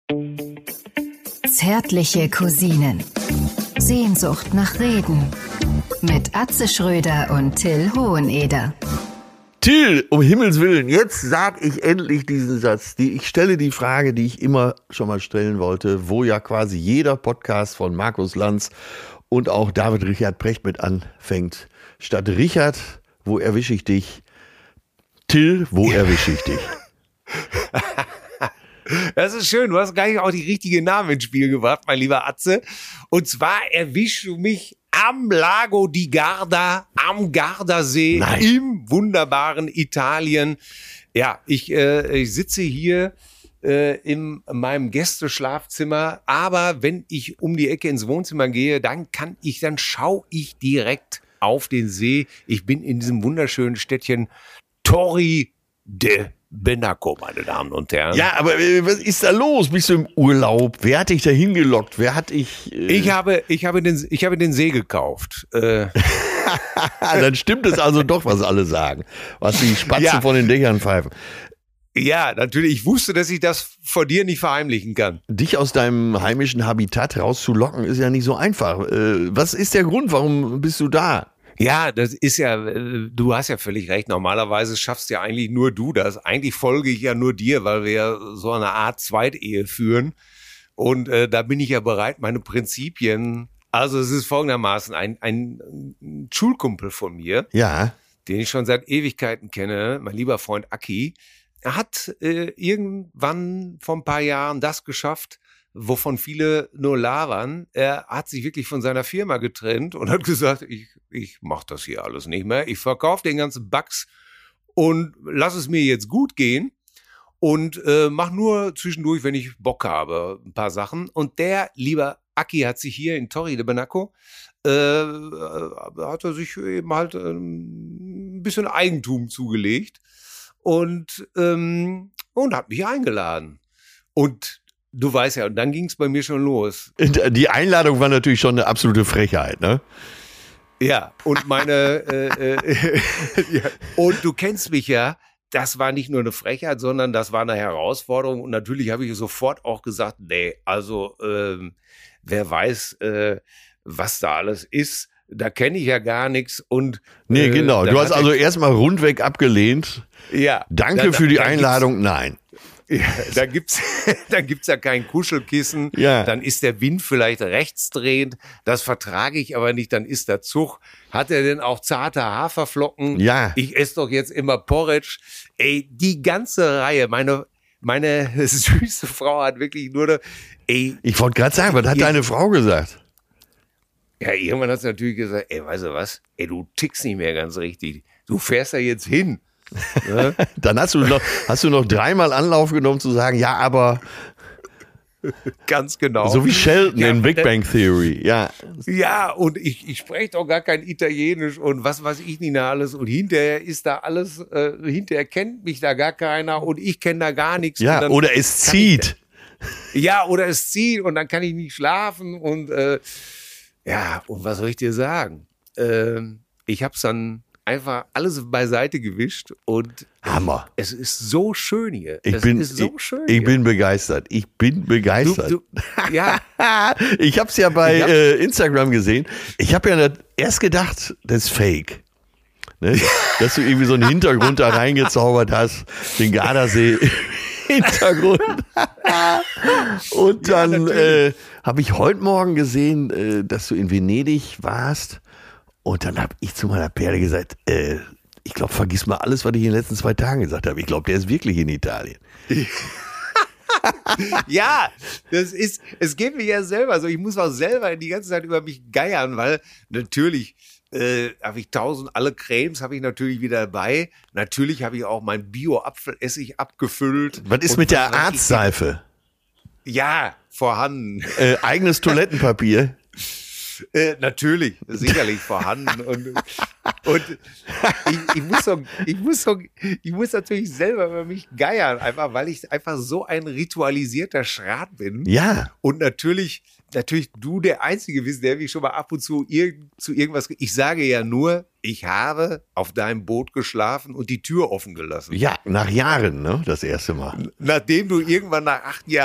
Zärtliche Cousinen. Sehnsucht nach Reden. Mit Atze Schröder und Till Hoheneder. Till, um Himmels Willen, jetzt sag ich endlich diesen Satz. Ich stelle die Frage, die ich immer schon mal stellen wollte, wo ja quasi jeder Podcast von Markus Lanz und auch David Richard Precht mit anfängt. Statt Richard, wo erwische ich dich? Till, wo erwische ich dich? Das ist schön, du hast gleich auch die richtige Namen ins Spiel gebracht, mein lieber Atze. Und zwar erwischst du mich am Lago di Garda, am Gardasee, im wunderbaren Italien. Ja, ich sitze hier in meinem Gästeschlafzimmer, aber wenn ich um die Ecke ins Wohnzimmer gehe, dann schaue ich direkt auf den See. Ich bin in diesem wunderschönen Städtchen Torri de Benaco, meine Damen und Herren. Ja, aber was ist da los? Bist du im Urlaub? Wer hat dich da hingelockt? Wer hat dich... Ich habe den See gekauft. Dann stimmt es also doch, was alle sagen. Was die Spatzen von den Dächern pfeifen. Ja, natürlich. Ich wusste, dass ich das vor dir nicht verheimlichen kann. Dich aus deinem heimischen Habitat rauszulocken, ist ja nicht so einfach. Was ist der Grund? Warum bist du da? Ja, das ist ja, du hast ja völlig recht. Normalerweise schaffst ja eigentlich nur du das. Eigentlich folge ich ja nur dir, weil wir ja so eine Art Zweitehe führen. Und da bin ich ja bereit, meine Prinzipien. Also es ist folgendermaßen, ein Schulkumpel von mir, den ich schon seit Ewigkeiten kenne, mein lieber Freund Aki, er hat irgendwann vor ein paar Jahren das geschafft, wovon viele nur labern. Er hat sich wirklich von seiner Firma getrennt und hat gesagt, ich mache das hier alles nicht mehr. Ich verkaufe den ganzen Bugs und lass es mir jetzt gut gehen und mach nur zwischendurch, wenn ich Bock habe, ein paar Sachen. Und der lieber Aki hat sich hier in Torri de Benaco hat er sich eben halt ein bisschen Eigentum zugelegt und hat mich eingeladen. Und du weißt ja, und dann ging es bei mir schon los. Die Einladung war natürlich schon eine absolute Frechheit, ne? Ja, und und du kennst mich ja, das war nicht nur eine Frechheit, sondern das war eine Herausforderung. Und natürlich habe ich sofort auch gesagt, nee, also wer weiß, was da alles ist, da kenne ich ja gar nichts. Und nee, genau, du hast also erstmal rundweg abgelehnt. Ja. Danke für die Einladung, nein. Ja, da gibt's ja kein Kuschelkissen. Ja. Dann ist der Wind vielleicht rechtsdrehend. Das vertrage ich aber nicht. Dann ist der Zug. Hat er denn auch zarte Haferflocken? Ja. Ich esse doch jetzt immer Porridge. Ey, die ganze Reihe. Meine süße Frau hat wirklich nur ich wollte gerade sagen, was hat deine Frau gesagt? Ja, irgendwann hat sie natürlich gesagt, ey, weißt du was? Ey, du tickst nicht mehr ganz richtig. Du fährst da jetzt hin. Ja? Dann hast du noch dreimal Anlauf genommen zu sagen, ja, aber ganz genau. So wie Sheldon in Big Bang Theory, ja. Ja, und ich spreche doch gar kein Italienisch und was weiß ich nicht alles und hinterher ist da alles, hinterher kennt mich da gar keiner und ich kenne da gar nichts. Ja, oder es zieht. Oder es zieht und dann kann ich nicht schlafen und und was soll ich dir sagen? Ich habe es dann einfach alles beiseite gewischt und Hammer. Es ist so schön hier. Ich bin begeistert. Ja. Ich habe es ja bei Instagram gesehen. Ich habe ja erst gedacht, das ist fake. Ne? Dass du irgendwie so einen Hintergrund da reingezaubert hast, den Gardasee Hintergrund. Und dann habe ich heute Morgen gesehen, dass du in Venedig warst. Und dann habe ich zu meiner Perle gesagt, ich glaube, vergiss mal alles, was ich in den letzten 2 Tagen gesagt habe. Ich glaube, der ist wirklich in Italien. Ja, es geht mir ja selber so. Ich muss auch selber die ganze Zeit über mich geiern, weil natürlich habe ich alle Cremes habe ich natürlich wieder dabei. Natürlich habe ich auch mein Bio-Apfelessig abgefüllt. Was ist mit der Arztseife? Ja, vorhanden. Eigenes Toilettenpapier? Natürlich, sicherlich vorhanden und ich muss natürlich selber über mich geiern, einfach weil ich einfach so ein ritualisierter Schrat bin. Ja. Und natürlich du der Einzige bist, der mich schon mal ab und zu irgendwas. Ich sage ja nur, ich habe auf deinem Boot geschlafen und die Tür offen gelassen. Ja, nach Jahren, ne? Das erste Mal. Nachdem du irgendwann nach 8 Jahren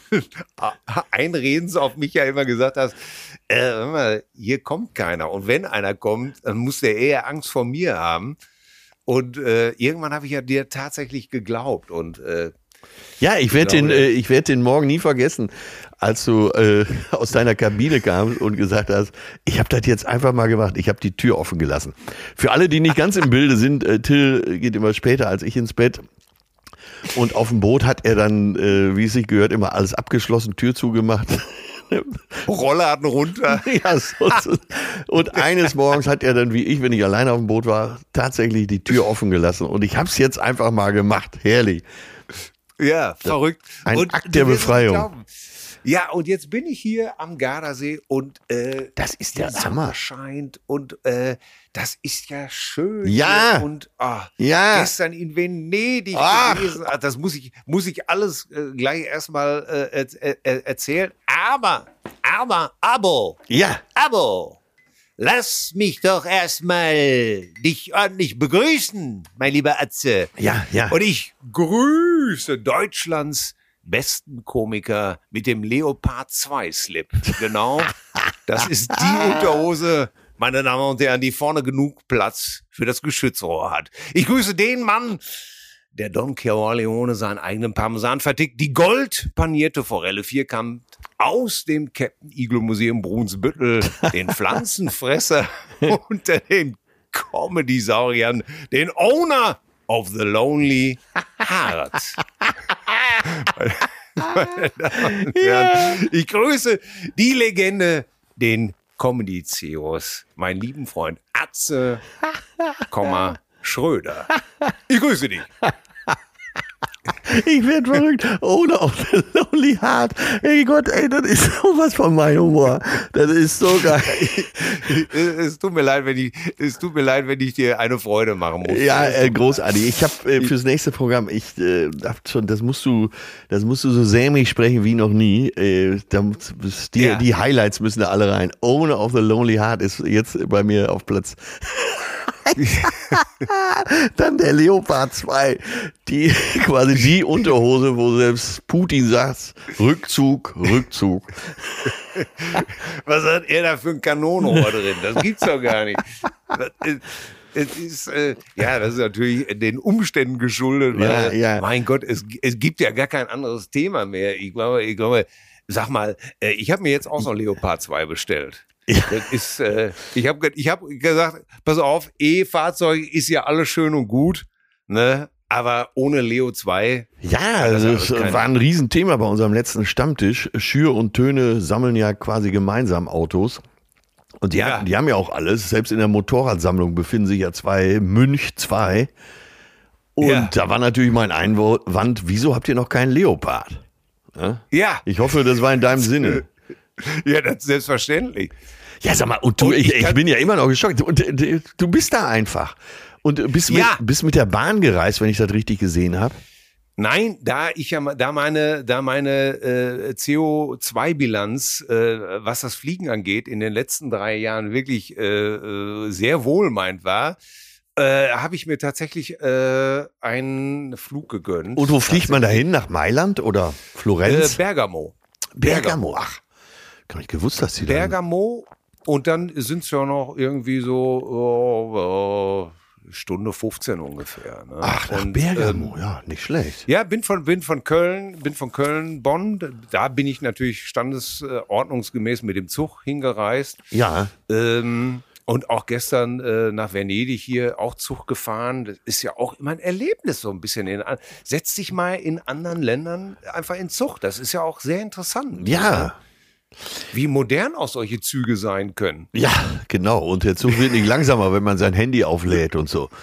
einredens auf mich ja immer gesagt hast, hör mal, hier kommt keiner. Und wenn einer kommt, dann muss der eher Angst vor mir haben. Und irgendwann habe ich ja dir tatsächlich geglaubt. Und ja, ich werde den morgen nie vergessen, als du aus deiner Kabine kamst und gesagt hast, ich habe das jetzt einfach mal gemacht, ich habe die Tür offen gelassen. Für alle, die nicht ganz im Bilde sind, Till geht immer später als ich ins Bett. Und auf dem Boot hat er dann, wie es sich gehört, immer alles abgeschlossen, Tür zugemacht. Rollladen runter. Ja, so. Und eines Morgens hat er dann, wie ich, wenn ich alleine auf dem Boot war, tatsächlich die Tür offen gelassen. Und ich habe es jetzt einfach mal gemacht. Herrlich. Ja, verrückt. Ein und Akt der Befreiung. Ja, und jetzt bin ich hier am Gardasee und das ist der die Sonne Hammer. scheint und das ist ja schön. Ja. Hier. Und Ja. gestern in Venedig gewesen. Das muss ich alles gleich erstmal erzählen. Aber, Ja. lass mich doch erstmal dich ordentlich begrüßen, mein lieber Atze. Ja, ja. Und ich grüße Deutschlands besten Komiker mit dem Leopard 2 Slip. Genau. Das ist die Unterhose, meine Damen und Herren, die vorne genug Platz für das Geschützrohr hat. Ich grüße den Mann, der Don Corleone seinen eigenen Parmesan vertickt, die goldpanierte Forelle Vierkant aus dem Captain Eagle Museum Brunsbüttel, den Pflanzenfresser unter den Comedy-Sauriern, den Owner of the Lonely Heart. Meine Damen und Herren, ich grüße die Legende, den Comedy-Zeus, meinen lieben Freund Atze, Schröder. Ich grüße dich. Ich werde verrückt. Owner of the Lonely Heart. Ey Gott, ey, das ist sowas von meinem Humor. Das ist so geil. Es tut mir leid, wenn ich dir eine Freude machen muss. Ja, großartig. Ich habe fürs nächste Programm, das musst du so sämig sprechen wie noch nie. Die Highlights müssen da alle rein. Owner of the Lonely Heart ist jetzt bei mir auf Platz. Dann der Leopard 2, quasi die Unterhose, wo selbst Putin sagt, Rückzug. Was hat er da für ein Kanonenrohr drin? Das gibt's doch gar nicht. Das ist natürlich den Umständen geschuldet. Weil, mein Gott, es gibt ja gar kein anderes Thema mehr. Ich glaube, sag mal, ich habe mir jetzt auch noch Leopard 2 bestellt. Ja. Das ist, ich hab gesagt, pass auf, Fahrzeug ist ja alles schön und gut, ne? Aber ohne Leo 2. Ja, also es war ein Riesenthema bei unserem letzten Stammtisch. Schür und Töne sammeln ja quasi gemeinsam Autos. Und die haben ja auch alles. Selbst in der Motorradsammlung befinden sich ja zwei Münch 2. Und da war natürlich mein Einwand, wieso habt ihr noch keinen Leopard? Ja. Ich hoffe, das war in deinem Sinne. Ja, das ist selbstverständlich. Ja, sag mal, und ich bin ja immer noch geschockt. Und du bist da einfach. Und bist mit der Bahn gereist, wenn ich das richtig gesehen habe? Nein, da meine CO2-Bilanz, was das Fliegen angeht, in den letzten 3 Jahren wirklich sehr wohlmeint war, habe ich mir tatsächlich einen Flug gegönnt. Und wo fliegt man dahin? Nach Mailand oder Florenz? Bergamo. Ach. Gar nicht gewusst, dass die da. Bergamo und dann sind es ja noch irgendwie so Stunde 15 ungefähr. Ne? Ach, nach Bergamo, ja, nicht schlecht. Ja, bin von Köln, Bonn. Da bin ich natürlich standesordnungsgemäß mit dem Zug hingereist. Ja. Und auch gestern nach Venedig hier auch Zug gefahren. Das ist ja auch immer ein Erlebnis so ein bisschen. Setz dich mal in anderen Ländern einfach in Zug. Das ist ja auch sehr interessant. Ja. Wie modern auch solche Züge sein können. Ja, genau. Und der Zug wird nicht langsamer, wenn man sein Handy auflädt und so.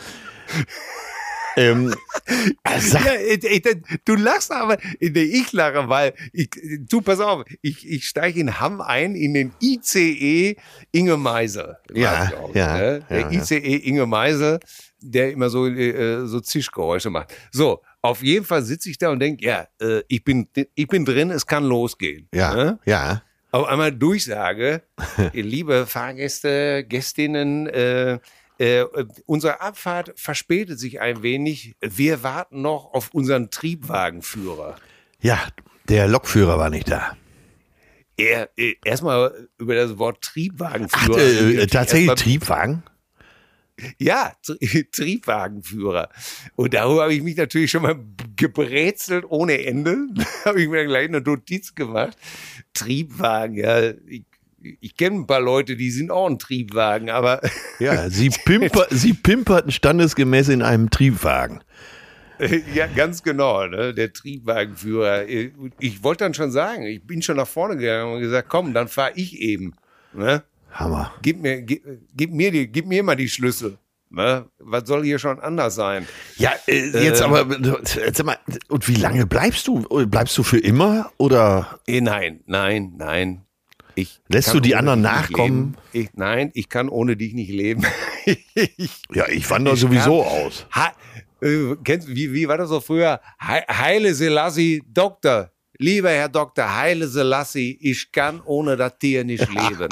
Du lachst aber, ich lache, weil pass auf, ich steige in Hamm ein in den ICE Inge Meisel. Der ICE Inge Meisel, der immer so Zischgeräusche macht. So, auf jeden Fall sitze ich da und denke, ich bin drin, es kann losgehen. Ja. Auf einmal Durchsage, liebe Fahrgäste, Gästinnen, unsere Abfahrt verspätet sich ein wenig. Wir warten noch auf unseren Triebwagenführer. Ja, Der Lokführer war nicht da. Erstmal über das Wort Triebwagenführer. Tatsächlich Triebwagen? Ja, Triebwagenführer. Und darüber habe ich mich natürlich schon mal gebrezelt ohne Ende. Da habe ich mir gleich eine Notiz gemacht. Triebwagen, ja. Ich kenne ein paar Leute, die sind auch ein Triebwagen, aber... Ja, sie pimperten standesgemäß in einem Triebwagen. Ja, ganz genau, ne? Der Triebwagenführer. Ich wollte dann schon sagen, ich bin schon nach vorne gegangen und gesagt, komm, dann fahre ich eben. Ne? Hammer. Gib mir mal die Schlüssel. Ne? Was soll hier schon anders sein? Ja, jetzt aber, sag mal, und wie lange bleibst du? Bleibst du für immer oder? Nein. Lässt du die anderen nachkommen? Nein, ich kann ohne dich nicht leben. Ich wandere sowieso aus. Wie war das so früher? Haile Selassie, Doktor. Lieber Herr Doktor, Haile Selassie, ich kann ohne das Tier nicht leben.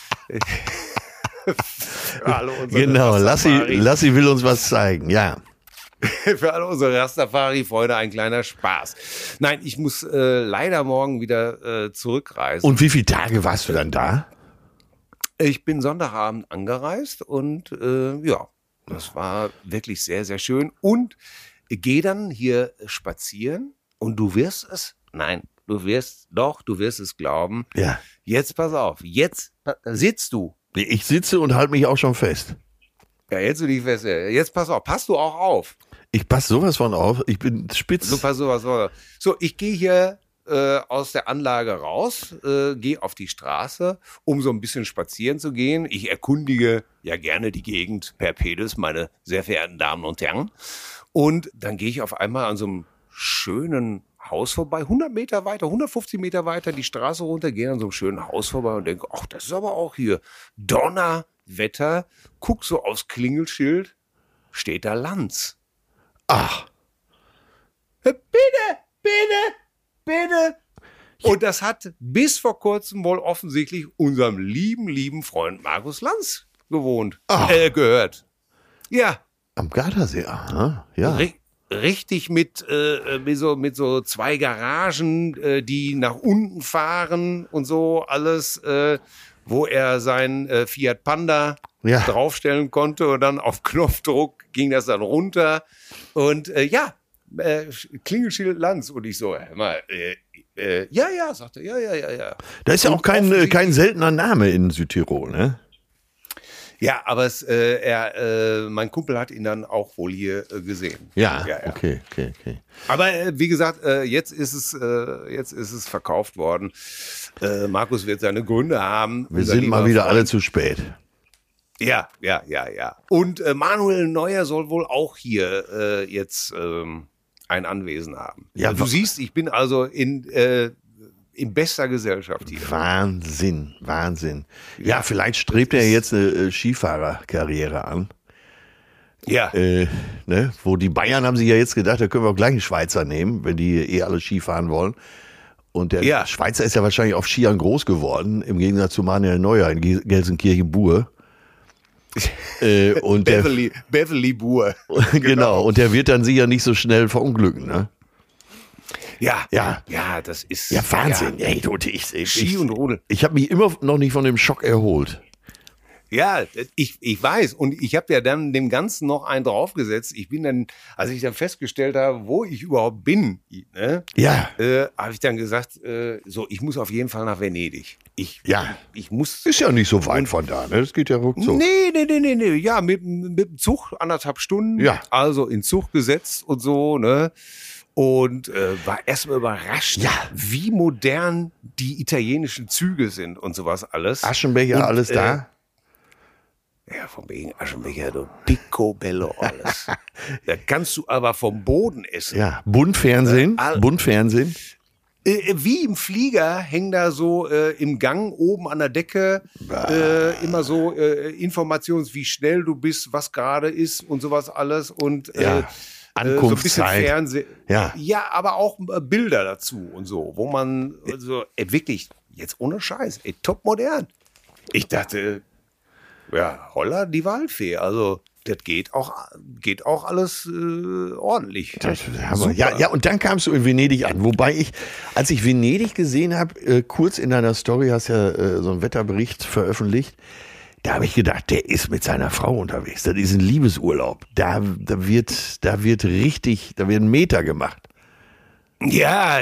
Genau, Lassi will uns was zeigen, ja. Für alle unsere Rastafari-Freunde ein kleiner Spaß. Nein, ich muss leider morgen wieder zurückreisen. Und wie viele Tage warst du dann da? Ich bin Sonntagabend angereist und das war wirklich sehr, sehr schön. Und gehe dann hier spazieren und du wirst es glauben. Ja. Jetzt pass auf, jetzt sitzt du. Ich sitze und halte mich auch schon fest. Ja, jetzt du dich fest. Jetzt pass auf, passt du auch auf. Ich passe sowas von auf, ich bin spitz. So, pass sowas von. So, ich gehe hier aus der Anlage raus, gehe auf die Straße, um so ein bisschen spazieren zu gehen. Ich erkundige ja gerne die Gegend per Pedis, meine sehr verehrten Damen und Herren. Und dann gehe ich auf einmal an so einem schönen Haus vorbei, 100 Meter weiter, 150 Meter weiter die Straße runter, gehe an so einem schönen Haus vorbei und denke, ach, das ist aber auch hier Donnerwetter. Guck so aufs Klingelschild, steht da Lanz. Ach. Bitte. Und das hat bis vor kurzem wohl offensichtlich unserem lieben Freund Markus Lanz gehört. Ja. Am Gardasee, aha, ja. Richtig mit so 2 Garagen, die nach unten fahren und so alles, wo er sein Fiat Panda draufstellen konnte und dann auf Knopfdruck ging das dann runter und Klingelschild Lanz und ich so, sagte ja. Da ist ja auch kein seltener Name in Südtirol, ne? Ja, aber mein Kumpel hat ihn dann auch wohl hier gesehen. Ja. Okay. Aber wie gesagt, jetzt ist es verkauft worden. Markus wird seine Gründe haben. Wir sind mal wieder alle zu spät. Ja. Und Manuel Neuer soll wohl auch hier jetzt ein Anwesen haben. Ja, du siehst, ich bin also in bester Gesellschaft hier. Wahnsinn. Ja, vielleicht strebt er jetzt eine Skifahrerkarriere an. Ja. Wo die Bayern haben sich ja jetzt gedacht, da können wir auch gleich einen Schweizer nehmen, wenn die alle Ski fahren wollen. Und der Schweizer ist ja wahrscheinlich auf Skiern groß geworden, im Gegensatz zu Manuel Neuer in Gelsenkirchen-Bur. Und Beverly Buhr. Genau, und der wird dann sicher nicht so schnell verunglücken, ne? Ja, das ist... Ja, Wahnsinn. Ja. Ey, Ski und Rodel. Ich habe mich immer noch nicht von dem Schock erholt. Ja, ich weiß. Und ich habe ja dann dem Ganzen noch einen draufgesetzt. Ich bin dann, als ich dann festgestellt habe, wo ich überhaupt bin, ne, habe ich dann gesagt, ich muss auf jeden Fall nach Venedig. Ich muss... Ist ja nicht so weit von da, ne? Das geht ja ruckzuck. Nee. Ja, mit dem Zug 1,5 Stunden. Ja. Also in Zug gesetzt und so, ne? Und war erstmal überrascht, wie modern die italienischen Züge sind und sowas alles. Aschenbecher, und, alles da? Ja, von wegen Aschenbecher, du picobello alles. Da kannst du aber vom Boden essen. Ja, Buntfernsehen. Wie im Flieger hängen da so im Gang oben an der Decke immer so Informationen, wie schnell du bist, was gerade ist und sowas alles. Und Ankunftszeit. So ein bisschen Fernsehen. Ja, aber auch Bilder dazu und so, wo man wirklich, jetzt ohne Scheiß, top modern. Ich dachte, holla die Waldfee. Also das geht auch alles ordentlich. Ja, und dann kamst du in Venedig an. Wobei als ich Venedig gesehen habe, kurz in deiner Story hast ja so einen Wetterbericht veröffentlicht, da habe ich gedacht, der ist mit seiner Frau unterwegs. Das ist ein Liebesurlaub. Da wird ein Meter gemacht. Ja.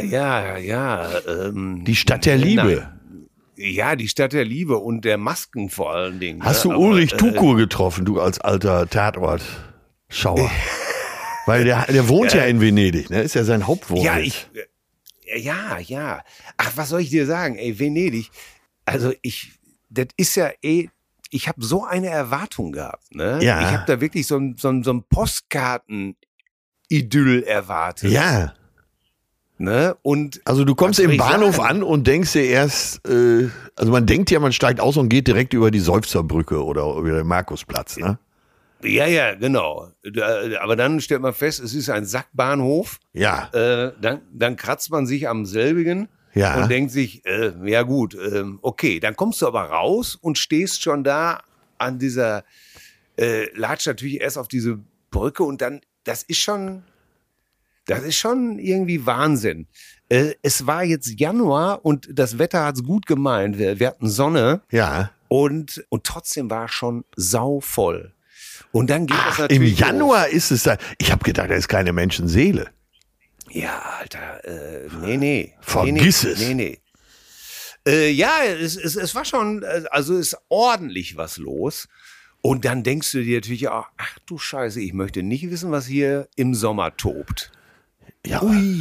Die Stadt der Liebe. Nein. Ja, die Stadt der Liebe und der Masken vor allen Dingen. Hast du Ulrich Tukur getroffen, du als alter Tatortschauer? Weil der wohnt ja in Venedig, ne? Ist ja sein Hauptwohnsitz. Ja. Ach, was soll ich dir sagen? Ey, Venedig, also das ist ja ich habe so eine Erwartung gehabt, ne? Ja. Ich habe da wirklich so ein Postkarten-Idyll erwartet. Ja. Ne? Und also du kommst im Bahnhof an und denkst dir erst, also man denkt ja, man steigt aus und geht direkt über die Seufzerbrücke oder über den Markusplatz, ne? Ja, genau. Aber dann stellt man fest, es ist ein Sackbahnhof. Ja. Dann kratzt man sich am selbigen Ja. und denkt sich, ja gut, okay. Dann kommst du aber raus und stehst schon da an dieser, latscht natürlich erst auf diese Brücke und dann, das ist schon irgendwie Wahnsinn. Es war jetzt Januar und das Wetter hat's gut gemeint. Wir hatten Sonne. Ja. Und trotzdem war es schon sauvoll. Und dann geht das natürlich im Januar ist es da. Ich habe gedacht, da ist keine Menschenseele. Ja, Alter, nee. Vergiss es. Nee. Ja, es war schon, also ist ordentlich was los. Und dann denkst du dir natürlich auch, ach du Scheiße, ich möchte nicht wissen, was hier im Sommer tobt. Ja,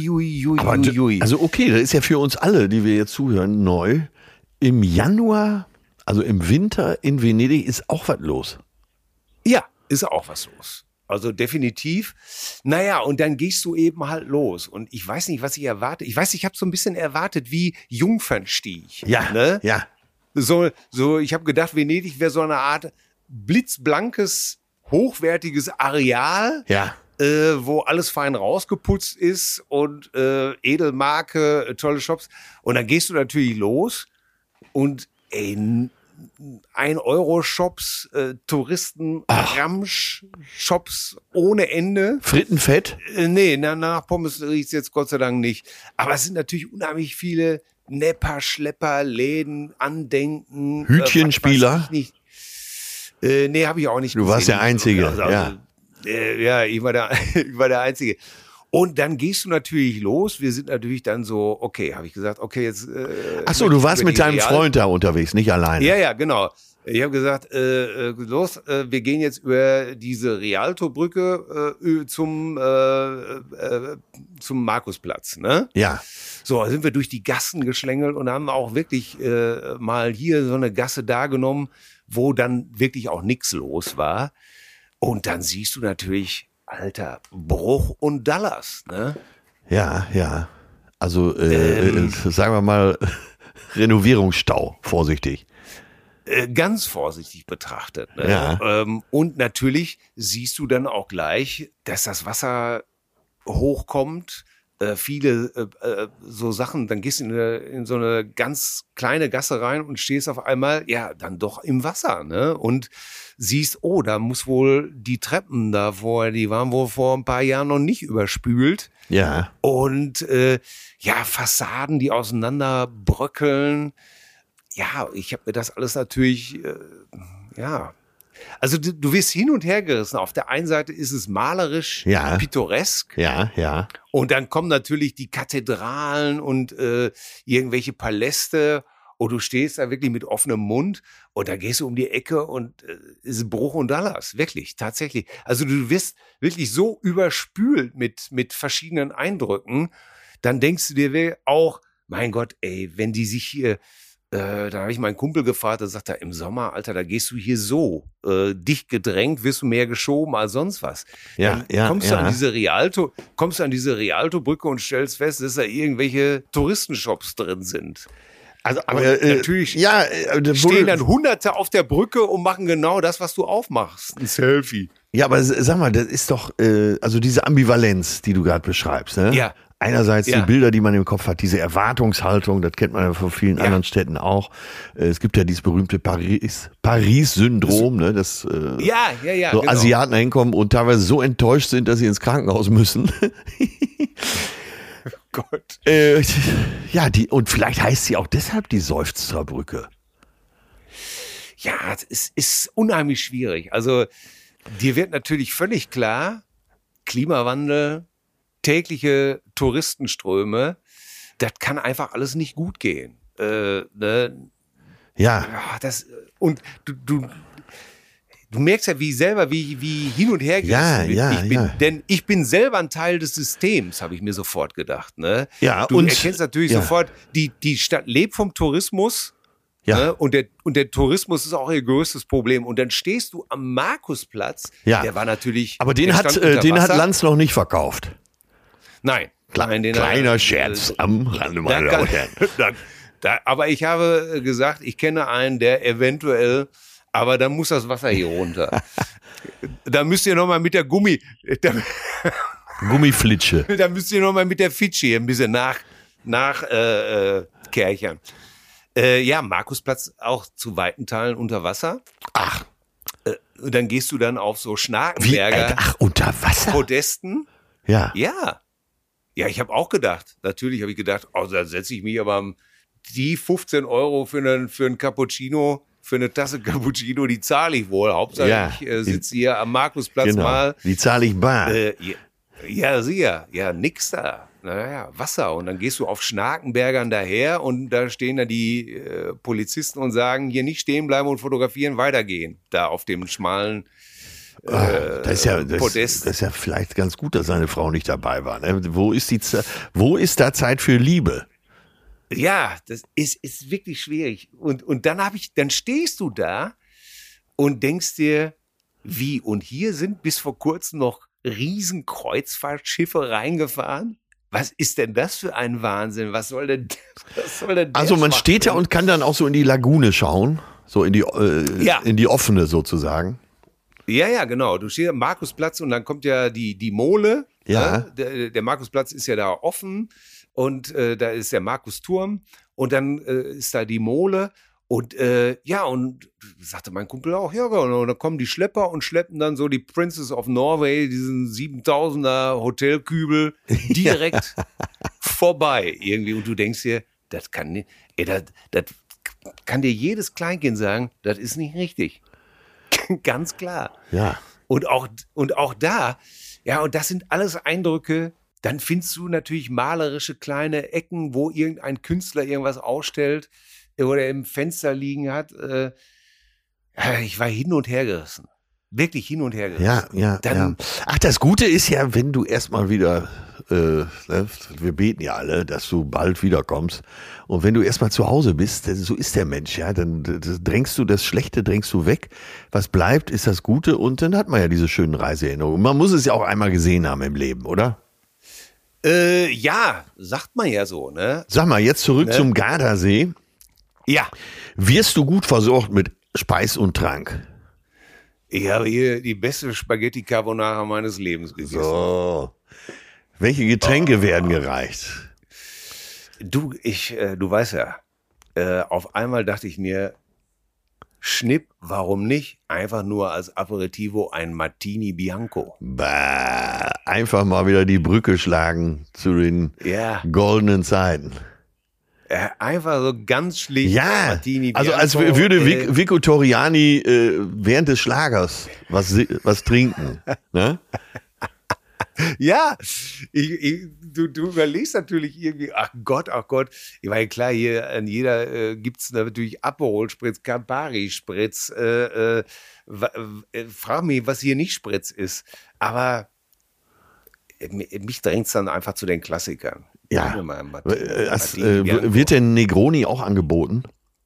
Ui. Also okay, das ist ja für uns alle, die wir jetzt zuhören, neu. Im Januar, also im Winter in Venedig ist auch was los. Ja, ist auch was los. Also definitiv. Naja, und dann gehst du eben halt los. Und ich weiß nicht, was ich erwarte. Ich habe so ein bisschen erwartet wie Jungfernstieg. Ja, ne? ja. So, ich habe gedacht, Venedig wäre so eine Art blitzblankes, hochwertiges Areal. Ja. Wo alles fein rausgeputzt ist und Edelmarke, tolle Shops. Und dann gehst du natürlich los und 1-Euro-Shops, Touristen-Ramsch-Shops ohne Ende. Frittenfett? Nee, nach Pommes riecht's jetzt Gott sei Dank nicht. Aber es sind natürlich unheimlich viele Nepper, Schlepper, Läden, Andenken. Hütchenspieler? Nee, habe ich auch nicht gesehen. Du warst der Einzige, ja. Ja, ich war der Einzige. Und dann gehst du natürlich los. Wir sind natürlich dann so, okay, habe ich gesagt, okay, jetzt. Ach so, du warst mit deinem Freund da unterwegs, nicht alleine. Ja, genau. Ich habe gesagt, los, wir gehen jetzt über diese Rialto-Brücke zum Markusplatz, ne? Ja. So, sind wir durch die Gassen geschlängelt und haben auch wirklich mal hier so eine Gasse da genommen, wo dann wirklich auch nichts los war. Und dann siehst du natürlich, Alter, Bruch und Dallas, ne? Ja. Also, sagen wir mal, Renovierungsstau, vorsichtig. Ganz vorsichtig betrachtet. Ne? Ja. Und natürlich siehst du dann auch gleich, dass das Wasser hochkommt. Viele so Sachen, dann gehst du in so eine ganz kleine Gasse rein und stehst auf einmal, ja, dann doch im Wasser, ne? Und siehst, oh, da muss wohl die Treppen da die waren wohl vor ein paar Jahren noch nicht überspült. Ja. Und Fassaden, die auseinander bröckeln. Ja, ich habe mir das alles natürlich, Also du wirst hin und her gerissen. Auf der einen Seite ist es malerisch, pittoresk. Ja. Und dann kommen natürlich die Kathedralen und irgendwelche Paläste. Und du stehst da wirklich mit offenem Mund und da gehst du um die Ecke und ist Bruch und Dallas. Wirklich, tatsächlich. Also du wirst wirklich so überspült mit verschiedenen Eindrücken. Dann denkst du dir auch, mein Gott, ey, wenn die sich hier... Da habe ich meinen Kumpel gefragt, der sagt, im Sommer, Alter, da gehst du hier so dicht gedrängt, wirst du mehr geschoben als sonst was. Kommst du an diese Rialto-Brücke und stellst fest, dass da irgendwelche Touristenshops drin sind. Also, aber natürlich stehen dann Hunderte auf der Brücke und machen genau das, was du aufmachst. Ein Selfie. Ja, aber sag mal, das ist doch, also diese Ambivalenz, die du gerade beschreibst, ne? Ja. Einerseits Ja. die Bilder, die man im Kopf hat, diese Erwartungshaltung, das kennt man ja von vielen anderen Städten auch. Es gibt ja dieses berühmte Paris-Syndrom, ne, dass Ja, so genau. Asiaten da hinkommen und teilweise so enttäuscht sind, dass sie ins Krankenhaus müssen. Gott. Ja, und vielleicht heißt sie auch deshalb die Seufzerbrücke. Ja, es ist unheimlich schwierig. Also dir wird natürlich völlig klar, Klimawandel, tägliche Touristenströme, das kann einfach alles nicht gut gehen. Ne? Ja, Ja, und du merkst ja, wie hin und her gerissen ich bin. Denn ich bin selber ein Teil des Systems, habe ich mir sofort gedacht. Ne? Ja, du und erkennst natürlich ja. sofort, die Stadt lebt vom Tourismus. ja. Ne? Und der Tourismus ist auch ihr größtes Problem. Und dann stehst du am Markusplatz. Ja. Der war natürlich. Aber den der hat stand unter Wasser. Lanz noch nicht verkauft. Nein. Nein, Kleiner Scherz am Rande, meine Damen und Herren. Aber ich habe gesagt, ich kenne einen, der eventuell, aber dann muss das Wasser hier runter. Da müsst ihr nochmal mit der Gummiflitsche. da müsst ihr nochmal mit der Fidschi ein bisschen nachkerchern. Ja, Markusplatz auch zu weiten Teilen unter Wasser. Ach, Dann gehst du dann auf so Schnakenberger unter Wasser? Podesten. Ja. Ja. Ja, ich habe auch gedacht. Natürlich habe ich gedacht, oh, da setze ich mich aber die 15 € für einen Cappuccino, für eine Tasse Cappuccino, die zahle ich wohl. Hauptsache Ja, ich sitze hier am Markusplatz Genau. mal. Die zahle ich bar. Ja, sicher. Ja, nix da. Naja, Wasser. Und dann gehst du auf Schnakenbergern daher und da stehen dann die Polizisten und sagen, hier nicht stehen bleiben und fotografieren, weitergehen. Da auf dem schmalen Das ist ja vielleicht ganz gut, dass seine Frau nicht dabei war. Ne? Wo ist da Zeit für Liebe? Ja, das ist wirklich schwierig. Und dann stehst du da und denkst dir, wie? Und hier sind bis vor kurzem noch riesen Kreuzfahrtschiffe reingefahren? Was ist denn das für ein Wahnsinn? Was soll denn der Also man steht da Schwachsinn? und kann dann auch so in die Lagune schauen, so in die offene sozusagen. Ja, genau. Du stehst am Markusplatz und dann kommt ja die Mole. Ja. Ne? Der Markusplatz ist ja da offen und da ist der Markusturm und dann ist da die Mole und und sagte mein Kumpel auch, ja, und dann kommen die Schlepper und schleppen dann so die Princess of Norway, diesen 7000er Hotelkübel direkt vorbei irgendwie und du denkst dir, das kann dir jedes Kleinkind sagen, das ist nicht richtig. Ganz klar. Ja. Und auch da, ja, und das sind alles Eindrücke. Dann findest du natürlich malerische kleine Ecken, wo irgendein Künstler irgendwas ausstellt oder im Fenster liegen hat. Ich war hin und her gerissen. Wirklich hin und her gerissen. Ja. Ach, das Gute ist ja, wenn du erstmal wieder, wir beten ja alle, dass du bald wiederkommst. Und wenn du erstmal zu Hause bist, so ist der Mensch, ja, dann drängst du das Schlechte, drängst du weg. Was bleibt, ist das Gute und dann hat man ja diese schönen Reiseerinnerungen. Man muss es ja auch einmal gesehen haben im Leben, oder? Ja, sagt man ja so, ne? Sag mal, jetzt zurück zum Gardasee. Ja. Wirst du gut versorgt mit Speis und Trank? Ich habe hier die beste Spaghetti Carbonara meines Lebens gegessen. So. Welche Getränke werden gereicht? Du weißt ja, auf einmal dachte ich mir, Schnipp, warum nicht? Einfach nur als Aperitivo ein Martini Bianco. Bah, einfach mal wieder die Brücke schlagen zu den goldenen Zeiten. Einfach so ganz schlicht Martini Bianco. Also als würde Vico Toriani während des Schlagers was trinken. Ne? Ja, du überlegst natürlich irgendwie, ach Gott, ich meine, klar, hier an jeder gibt's natürlich Aperol Spritz, Campari Spritz, frag mich, was hier nicht Spritz ist, aber mich drängt es dann einfach zu den Klassikern. Ja, wird denn Negroni auch angeboten?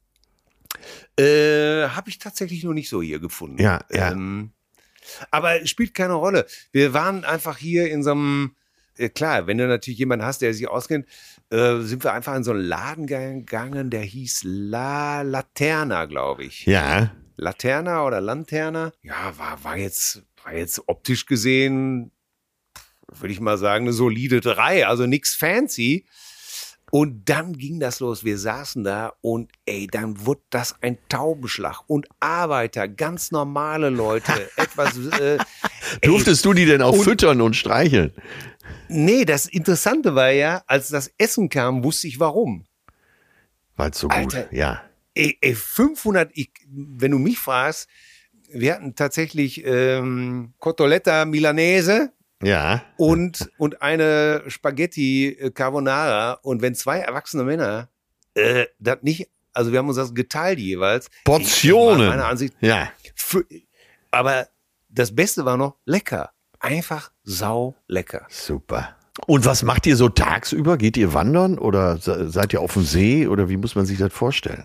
Habe ich tatsächlich noch nicht so hier gefunden. Ja. Aber spielt keine Rolle. Wir waren einfach hier in so einem, klar, wenn du natürlich jemanden hast, der sich auskennt, sind wir einfach in so einen Laden gegangen, der hieß La Laterna, glaube ich. Ja. Laterna oder Lanterna. Ja, war jetzt optisch gesehen würde ich mal sagen, eine solide 3, also nichts fancy. Und dann ging das los. Wir saßen da und dann wurde das ein Taubenschlag. Und Arbeiter, ganz normale Leute, etwas. Durftest du die denn auch füttern und streicheln? Nee, das Interessante war ja, als das Essen kam, wusste ich warum. War so gut, Alter, ja. 500, wenn du mich fragst, wir hatten tatsächlich Cotoletta Milanese. Ja. Und eine Spaghetti Carbonara. Und wenn 2 erwachsene Männer das nicht, also wir haben uns das geteilt jeweils. Portionen. Meiner Ansicht. Ja. Aber das Beste war noch lecker. Einfach sau lecker. Super. Und was macht ihr so tagsüber? Geht ihr wandern oder seid ihr auf dem See oder wie muss man sich das vorstellen?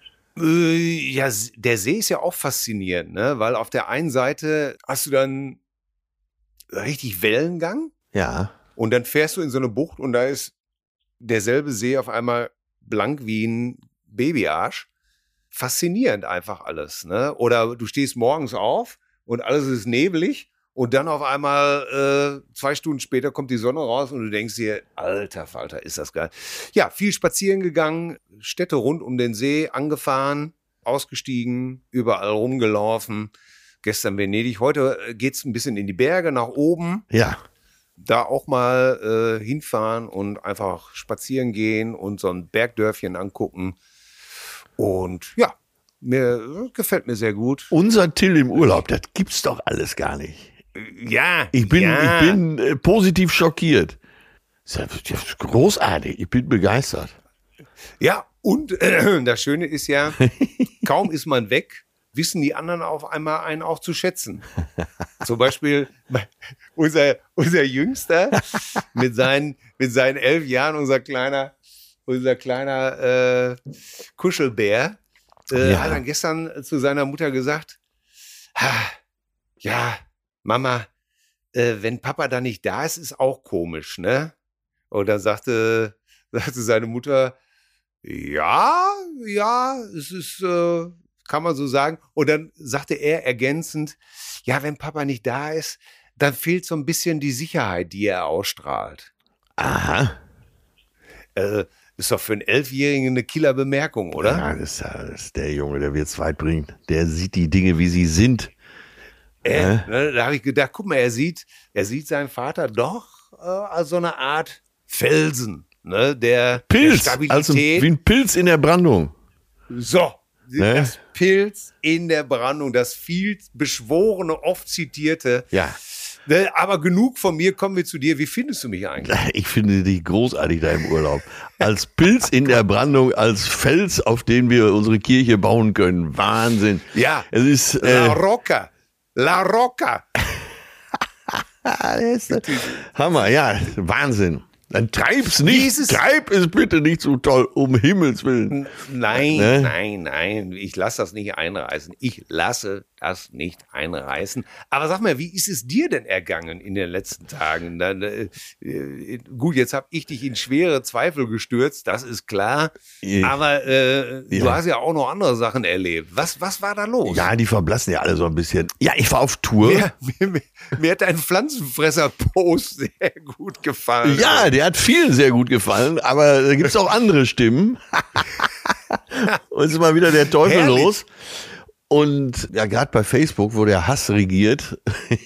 Ja, der See ist ja auch faszinierend, ne? Weil auf der einen Seite hast du dann richtig Wellengang. Ja. Und dann fährst du in so eine Bucht und da ist derselbe See auf einmal blank wie ein Babyarsch. Faszinierend einfach alles, ne? Oder du stehst morgens auf und alles ist nebelig und dann auf einmal 2 Stunden später kommt die Sonne raus und du denkst dir, alter Falter, ist das geil. Ja, viel spazieren gegangen, Städte rund um den See angefahren, ausgestiegen, überall rumgelaufen. Gestern Venedig, heute geht's ein bisschen in die Berge, nach oben. Ja. Da auch mal hinfahren und einfach spazieren gehen und so ein Bergdörfchen angucken. Und ja, gefällt mir sehr gut. Unser Till im Urlaub, das gibt's doch alles gar nicht. Ja. Ich bin positiv schockiert. Das ist großartig, ich bin begeistert. Ja, und das Schöne ist ja, kaum ist man weg, wissen die anderen auf einmal einen auch zu schätzen. Zum Beispiel unser Jüngster mit seinen 11 Jahren, unser kleiner Kuschelbär, hat dann gestern zu seiner Mutter gesagt, ja, Mama, wenn Papa da nicht da ist, ist auch komisch, ne? Und dann sagte seine Mutter, ja, es ist, kann man so sagen. Und dann sagte er ergänzend, ja, wenn Papa nicht da ist, dann fehlt so ein bisschen die Sicherheit, die er ausstrahlt. Aha. Ist doch für einen 11-Jährigen eine Killer-Bemerkung, oder? Ja, das ist der Junge, der wird's weit bringen. Der sieht die Dinge, wie sie sind. Da habe ich gedacht, guck mal, er sieht seinen Vater doch als so eine Art Felsen, ne, der Pilz, Stabilität. also wie ein Pilz in der Brandung. So, das Pilz in der Brandung, das viel beschworene, oft zitierte. Ja. Aber genug von mir, kommen wir zu dir. Wie findest du mich eigentlich? Ich finde dich großartig da im Urlaub. Als Pilz in der Brandung, als Fels, auf den wir unsere Kirche bauen können. Wahnsinn. Ja, es ist La Rocca. Hammer, ja, Wahnsinn. Dann treib's nicht, treib es bitte nicht so toll, um Himmels Willen. Nein, ich lasse das nicht einreißen. Aber sag mal, wie ist es dir denn ergangen in den letzten Tagen? Gut, jetzt habe ich dich in schwere Zweifel gestürzt, das ist klar. Aber du hast ja auch noch andere Sachen erlebt. Was war da los? Ja, die verblassen ja alle so ein bisschen. Ja, ich war auf Tour. Mir hat dein Pflanzenfresser-Post sehr gut gefallen. Ja, der hat vielen sehr gut gefallen, aber da gibt es auch andere Stimmen. Und es ist mal wieder der Teufel los. Und ja, gerade bei Facebook, wo der Hass regiert,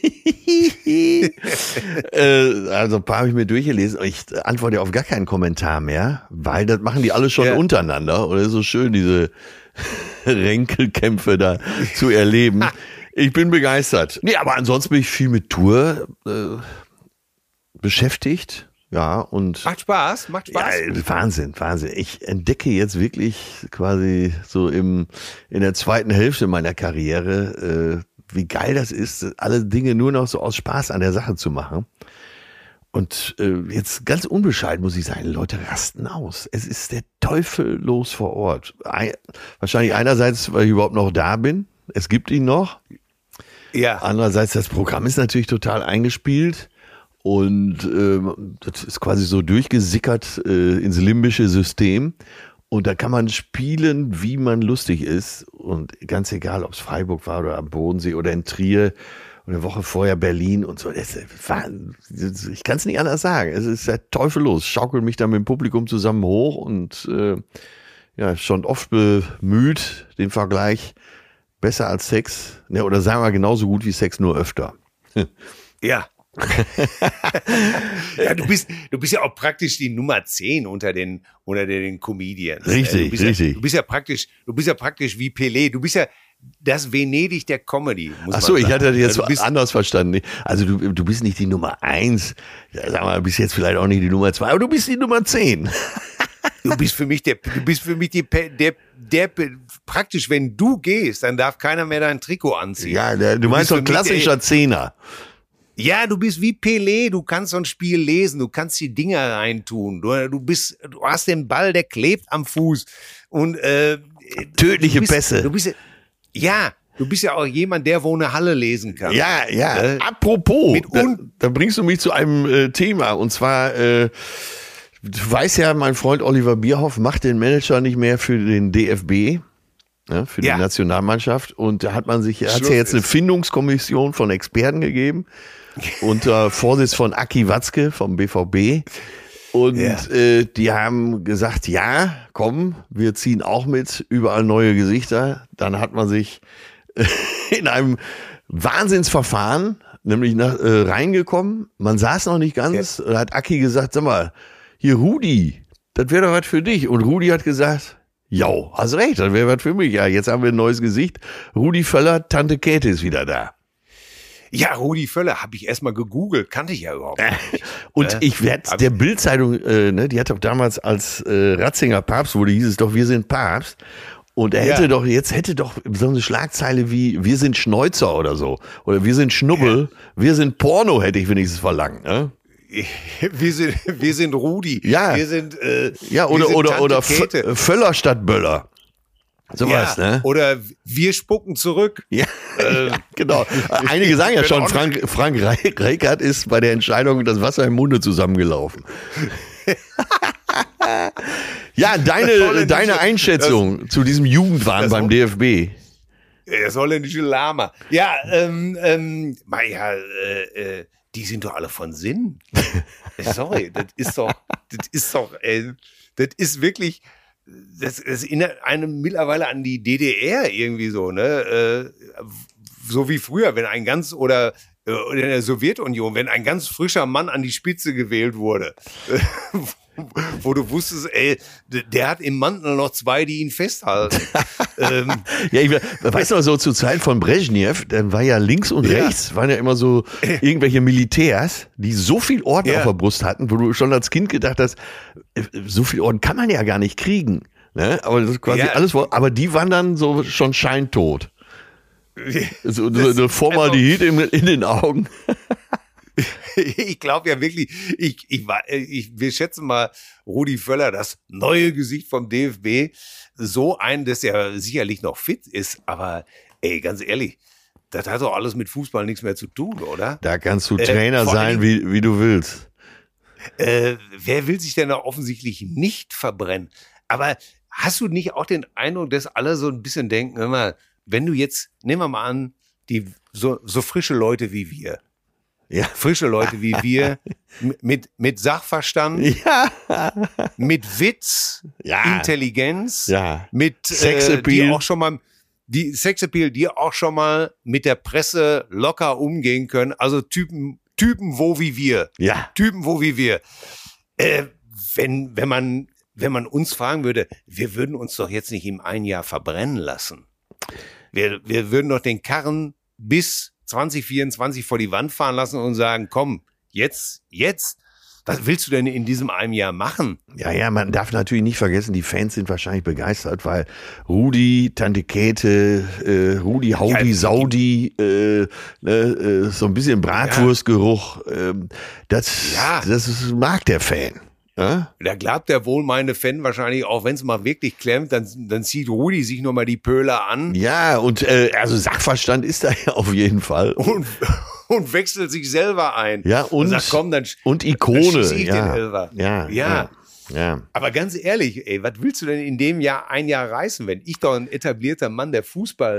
also ein paar habe ich mir durchgelesen, ich antworte auf gar keinen Kommentar mehr, weil das machen die alle schon untereinander. Und es ist so schön, diese Ränkelkämpfe da zu erleben. Ich bin begeistert. Nee, aber ansonsten bin ich viel mit Tour beschäftigt. Ja, und macht Spaß. Ja, Wahnsinn. Ich entdecke jetzt wirklich quasi so in der zweiten Hälfte meiner Karriere, wie geil das ist, alle Dinge nur noch so aus Spaß an der Sache zu machen. Und jetzt ganz unbescheiden muss ich sagen, Leute rasten aus. Es ist der Teufel los vor Ort. Wahrscheinlich einerseits, weil ich überhaupt noch da bin. Es gibt ihn noch. Ja. Andererseits, das Programm ist natürlich total eingespielt. Und das ist quasi so durchgesickert ins limbische System. Und da kann man spielen, wie man lustig ist. Und ganz egal, ob es Freiburg war oder am Bodensee oder in Trier und eine Woche vorher Berlin und so. Ich kann es nicht anders sagen. Es ist ja teufellos. Schaukel mich da mit dem Publikum zusammen hoch und schon oft bemüht, den Vergleich besser als Sex, ne, oder sagen wir genauso gut wie Sex, nur öfter. Ja. Ja, du bist ja auch praktisch die Nummer 10 unter den Comedians. Richtig, richtig. Du bist ja praktisch wie Pelé. Du bist ja das Venedig der Comedy. Ach so, ich hatte das jetzt anders verstanden. Also du bist nicht die Nummer 1. Sag mal, du bist jetzt vielleicht auch nicht die Nummer 2, aber du bist die Nummer 10. Du bist für mich der praktisch, wenn du gehst, dann darf keiner mehr dein Trikot anziehen. Ja, du meinst so ein klassischer Zehner. Ja, du bist wie Pelé, du kannst so ein Spiel lesen, du kannst die Dinger reintun. Du hast den Ball, der klebt am Fuß. Und tödliche Pässe. Du bist ja auch jemand, der wo eine Halle lesen kann. Ja. Apropos, da bringst du mich zu einem Thema. Und zwar, du weißt ja, mein Freund Oliver Bierhoff macht den Manager nicht mehr für den DFB. Ja, für die Nationalmannschaft. Und da hat es ja jetzt eine Findungskommission von Experten gegeben, unter Vorsitz von Aki Watzke vom BVB. Und die haben gesagt, ja, komm, wir ziehen auch mit, überall neue Gesichter. Dann hat man sich in einem Wahnsinnsverfahren nämlich reingekommen. Man saß noch nicht ganz. Da hat Aki gesagt, sag mal, hier Rudi, das wäre doch was für dich. Und Rudi hat gesagt, jo, hast recht, das wäre was für mich. Ja, jetzt haben wir ein neues Gesicht. Rudi Völler, Tante Käthe ist wieder da. Ja, Rudi Völler, habe ich erstmal gegoogelt, kannte ich ja überhaupt nicht. Und ich werde der Bild-Zeitung, die hat doch damals, als Ratzinger Papst wurde, hieß es doch, wir sind Papst. Und er hätte doch so eine Schlagzeile wie, wir sind Schneuzer oder so. Oder wir sind Schnubbel, wir sind Porno, hätte ich wenigstens verlangt, ne? Wir sind Rudi. Ja. Wir sind oder Völler statt Böller. Sowas, ne? Oder wir spucken zurück. Ja, genau. Einige sagen ja schon, Frank Reichardt ist bei der Entscheidung das Wasser im Munde zusammengelaufen. Ja, deine Einschätzung zu diesem Jugendwahn beim DFB. Das holländische Lama. Ja, die sind doch alle von Sinn. Sorry, das ist wirklich, das erinnert einem mittlerweile an die DDR irgendwie so, ne? So wie früher, wenn oder in der Sowjetunion, wenn ein ganz frischer Mann an die Spitze gewählt wurde, wo du wusstest, der hat im Mantel noch 2, die ihn festhalten. Weißt du, so zur Zeit von Brezhnev, dann war ja links und rechts, waren ja immer so irgendwelche Militärs, die so viel Orden auf der Brust hatten, wo du schon als Kind gedacht hast, so viel Orden kann man ja gar nicht kriegen. Ne? Aber das ist quasi alles, aber die waren dann so schon scheintot. So eine Formaldehyd in den Augen. Ich glaube ja wirklich, wir schätzen mal Rudi Völler, das neue Gesicht vom DFB, so ein, dass er sicherlich noch fit ist, aber ganz ehrlich, das hat doch alles mit Fußball nichts mehr zu tun, oder? Da kannst du Trainer sein, wie du willst. Wer will sich denn da offensichtlich nicht verbrennen? Aber hast du nicht auch den Eindruck, dass alle so ein bisschen denken, hör mal, wenn du jetzt, nehmen wir mal an, die so frische Leute wie wir, frische Leute wie wir, mit Sachverstand, mit Witz, Intelligenz, mit Sexappeal, die auch schon mal mit der Presse locker umgehen können. Also Typen wo wie wir. Ja. Typen wo wie wir. Wenn man uns fragen würde, wir würden uns doch jetzt nicht im ein Jahr verbrennen lassen. Wir würden doch den Karren bis 2024 vor die Wand fahren lassen und sagen, komm, jetzt, was willst du denn in diesem einem Jahr machen? Ja, man darf natürlich nicht vergessen, die Fans sind wahrscheinlich begeistert, weil Rudi, Tante Käthe, Rudi Haudi Saudi, so ein bisschen Bratwurstgeruch, das mag der Fan. Ja? Da glaubt der wohlmeinende Fan wahrscheinlich auch, wenn es mal wirklich klemmt, dann zieht Rudi sich nochmal die Pöhler an. Ja, und also Sachverstand ist da ja auf jeden Fall. Und wechselt sich selber ein. Ja, und sagt, komm, dann Ikone. Dann schieß ich den Elfer. Ja. Aber ganz ehrlich, was willst du denn in dem Jahr ein Jahr reißen, wenn ich doch ein etablierter Mann der Fußballszene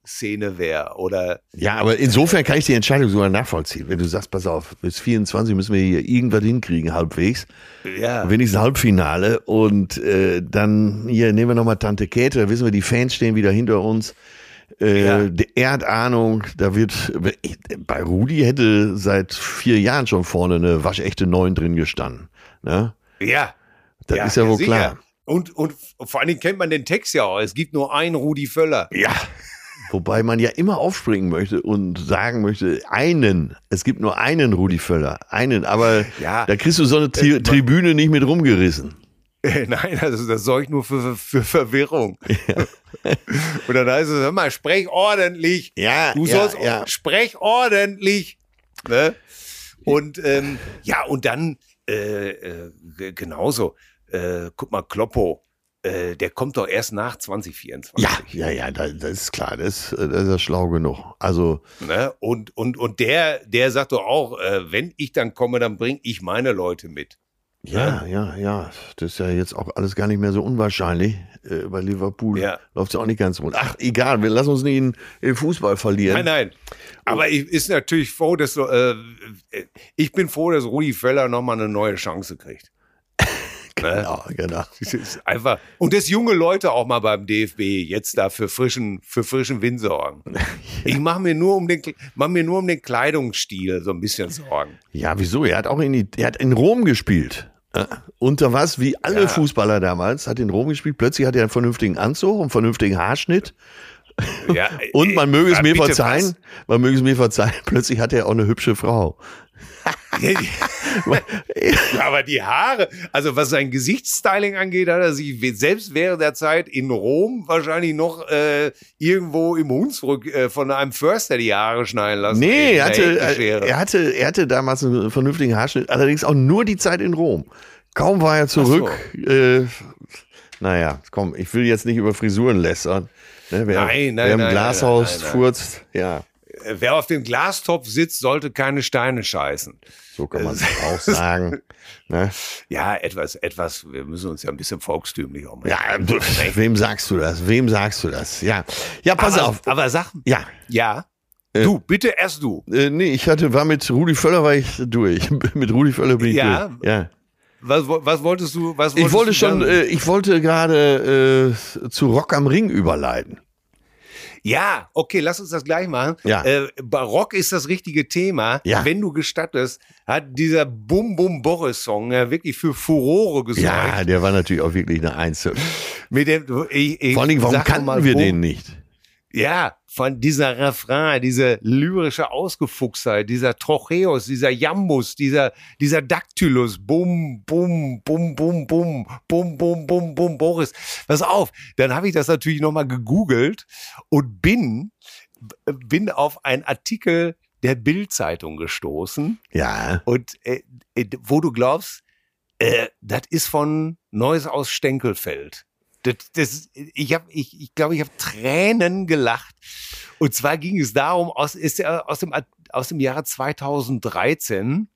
Szene wäre. Oder Ja, aber insofern kann ich die Entscheidung sogar nachvollziehen. Wenn du sagst, pass auf, bis 24 müssen wir hier irgendwas hinkriegen, halbwegs. ja, Wenigstens Halbfinale. Und dann hier nehmen wir nochmal Tante Käthe, da wissen wir, die Fans stehen wieder hinter uns. Die Erdahnung, da wird, bei Rudi hätte seit 4 Jahren schon vorne eine waschechte 9 drin gestanden. Ne? ja. Das ist ja wohl sicher. klar. Und vor allen Dingen kennt man den Text ja auch. Es gibt nur einen Rudi Völler. Ja. Wobei man ja immer aufspringen möchte und sagen möchte, es gibt nur einen Rudi Völler, aber Ja. da kriegst du so eine Tribüne nicht mit rumgerissen. Nein, also das sorgt nur für Verwirrung. Ja. Und dann heißt es, hör mal, sprech ordentlich. Ja, Du sollst ja. sprech ordentlich. Ne? Und und dann genauso. Guck mal, Kloppo, der kommt doch erst nach 2024. Ja, das ist klar, das ist ja schlau genug. Also, Ne? Und der sagt doch auch, wenn ich dann komme, dann bringe ich meine Leute mit. ja, das ist ja jetzt auch alles gar nicht mehr so unwahrscheinlich. Bei Liverpool läuft es ja auch nicht ganz rund. Ach, egal, wir lassen uns nicht in Fußball verlieren. Nein. Aber ich ist natürlich froh, dass ich bin froh, dass Rudi Völler nochmal eine neue Chance kriegt. Genau. Das ist einfach. Und dass junge Leute auch mal beim DFB jetzt da für frischen Wind sorgen. Ich mache mir nur um den Kleidungsstil so ein bisschen Sorgen. Ja, wieso? Er hat auch in Rom gespielt. Unter was? Wie alle Fußballer damals, hat in Rom gespielt. Plötzlich hat er einen vernünftigen Anzug, einen vernünftigen Haarschnitt. Ja, und man möge es mir verzeihen, plötzlich hat er auch eine hübsche Frau. Ja, aber die Haare, also was sein Gesichtsstyling angeht, hat er sich selbst während der Zeit in Rom wahrscheinlich noch irgendwo im Hunsrück von einem Förster die Haare schneiden lassen. Nee, er hatte damals einen vernünftigen Haarschnitt, allerdings auch nur die Zeit in Rom. Kaum war er zurück. Naja, komm, ich will jetzt nicht über Frisuren lästern. Ne, wer im Glashaus furzt, ja. Wer auf dem Glastopf sitzt, sollte keine Steine scheißen. So kann man es auch sagen. Ne? Ja, etwas, wir müssen uns ja ein bisschen volkstümlich auch machen. Ja, wem sagst du das? Ja, pass auf. Aber sag, ja. Du, bitte erst du. Nee, war mit Rudi Völler war ich durch. Mit Rudi Völler bin ich durch. Ja. Was wolltest du? Ich wollte gerade zu Rock am Ring überleiten. Ja, okay, lass uns das gleich machen. Ja. Barock ist das richtige Thema. Ja. Wenn du gestattest, hat dieser Bum Bum Boris Song wirklich für Furore gesorgt. Ja, der war natürlich auch wirklich eine Einzel. Vor allen Dingen, warum kannten wir den nicht? Ja, von dieser Refrain, diese lyrische Ausgefuchstheit, dieser Trocheus, dieser Jambus, dieser Dactylus, bum, bum, bum, bum, bum, bum, bum, bum, bum, Boris. Pass auf, dann habe ich das natürlich nochmal gegoogelt und bin auf einen Artikel der Bild-Zeitung gestoßen. Ja. Und wo du glaubst, das ist von Neuss aus Stenkelfeld. Ich glaube, ich habe Tränen gelacht. Und zwar ging es darum, aus dem Jahre 2013,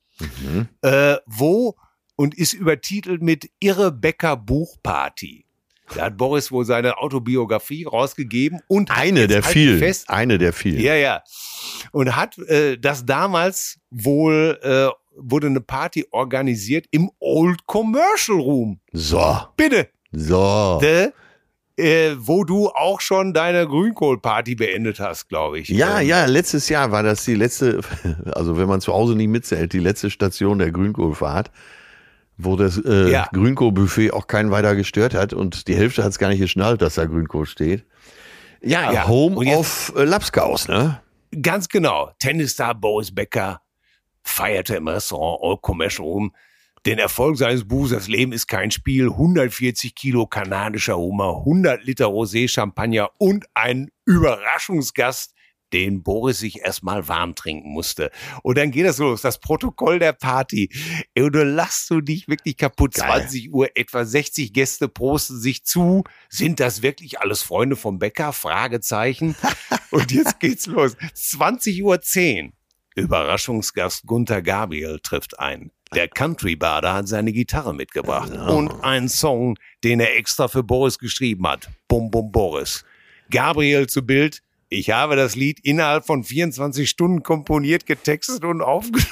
und ist übertitelt mit Irre Becker Buchparty. Da hat Boris wohl seine Autobiografie rausgegeben und eine der vielen. Ja. Und hat das damals wohl wurde eine Party organisiert im Old Commercial Room. So. Bitte. So. Wo du auch schon deine Grünkohlparty beendet hast, glaube ich. Ja, letztes Jahr war das die letzte, also wenn man zu Hause nicht mitzählt, die letzte Station der Grünkohlfahrt, wo das Grünkohlbuffet auch keinen weiter gestört hat und die Hälfte hat es gar nicht geschnallt, dass da Grünkohl steht. Ja. Home of Lapskaus, ne? Ganz genau. Tennisstar Boris Becker feierte im Restaurant Old Commercial Room den Erfolg seines Buchs, das Leben ist kein Spiel, 140 Kilo kanadischer Hummer, 100 Liter Rosé-Champagner und einen Überraschungsgast, den Boris sich erstmal warm trinken musste. Und dann geht das los, das Protokoll der Party. Und du lachst du dich wirklich kaputt. Geil. 20 Uhr, etwa 60 Gäste prosten sich zu. Sind das wirklich alles Freunde vom Bäcker? Fragezeichen. Und jetzt geht's los. 20:10 Uhr. Überraschungsgast Gunther Gabriel trifft ein. Der Country-Bader hat seine Gitarre mitgebracht und einen Song, den er extra für Boris geschrieben hat. Bum Bum Boris. Gabriel zu Bild. Ich habe das Lied innerhalb von 24 Stunden komponiert, getextet und aufgenommen.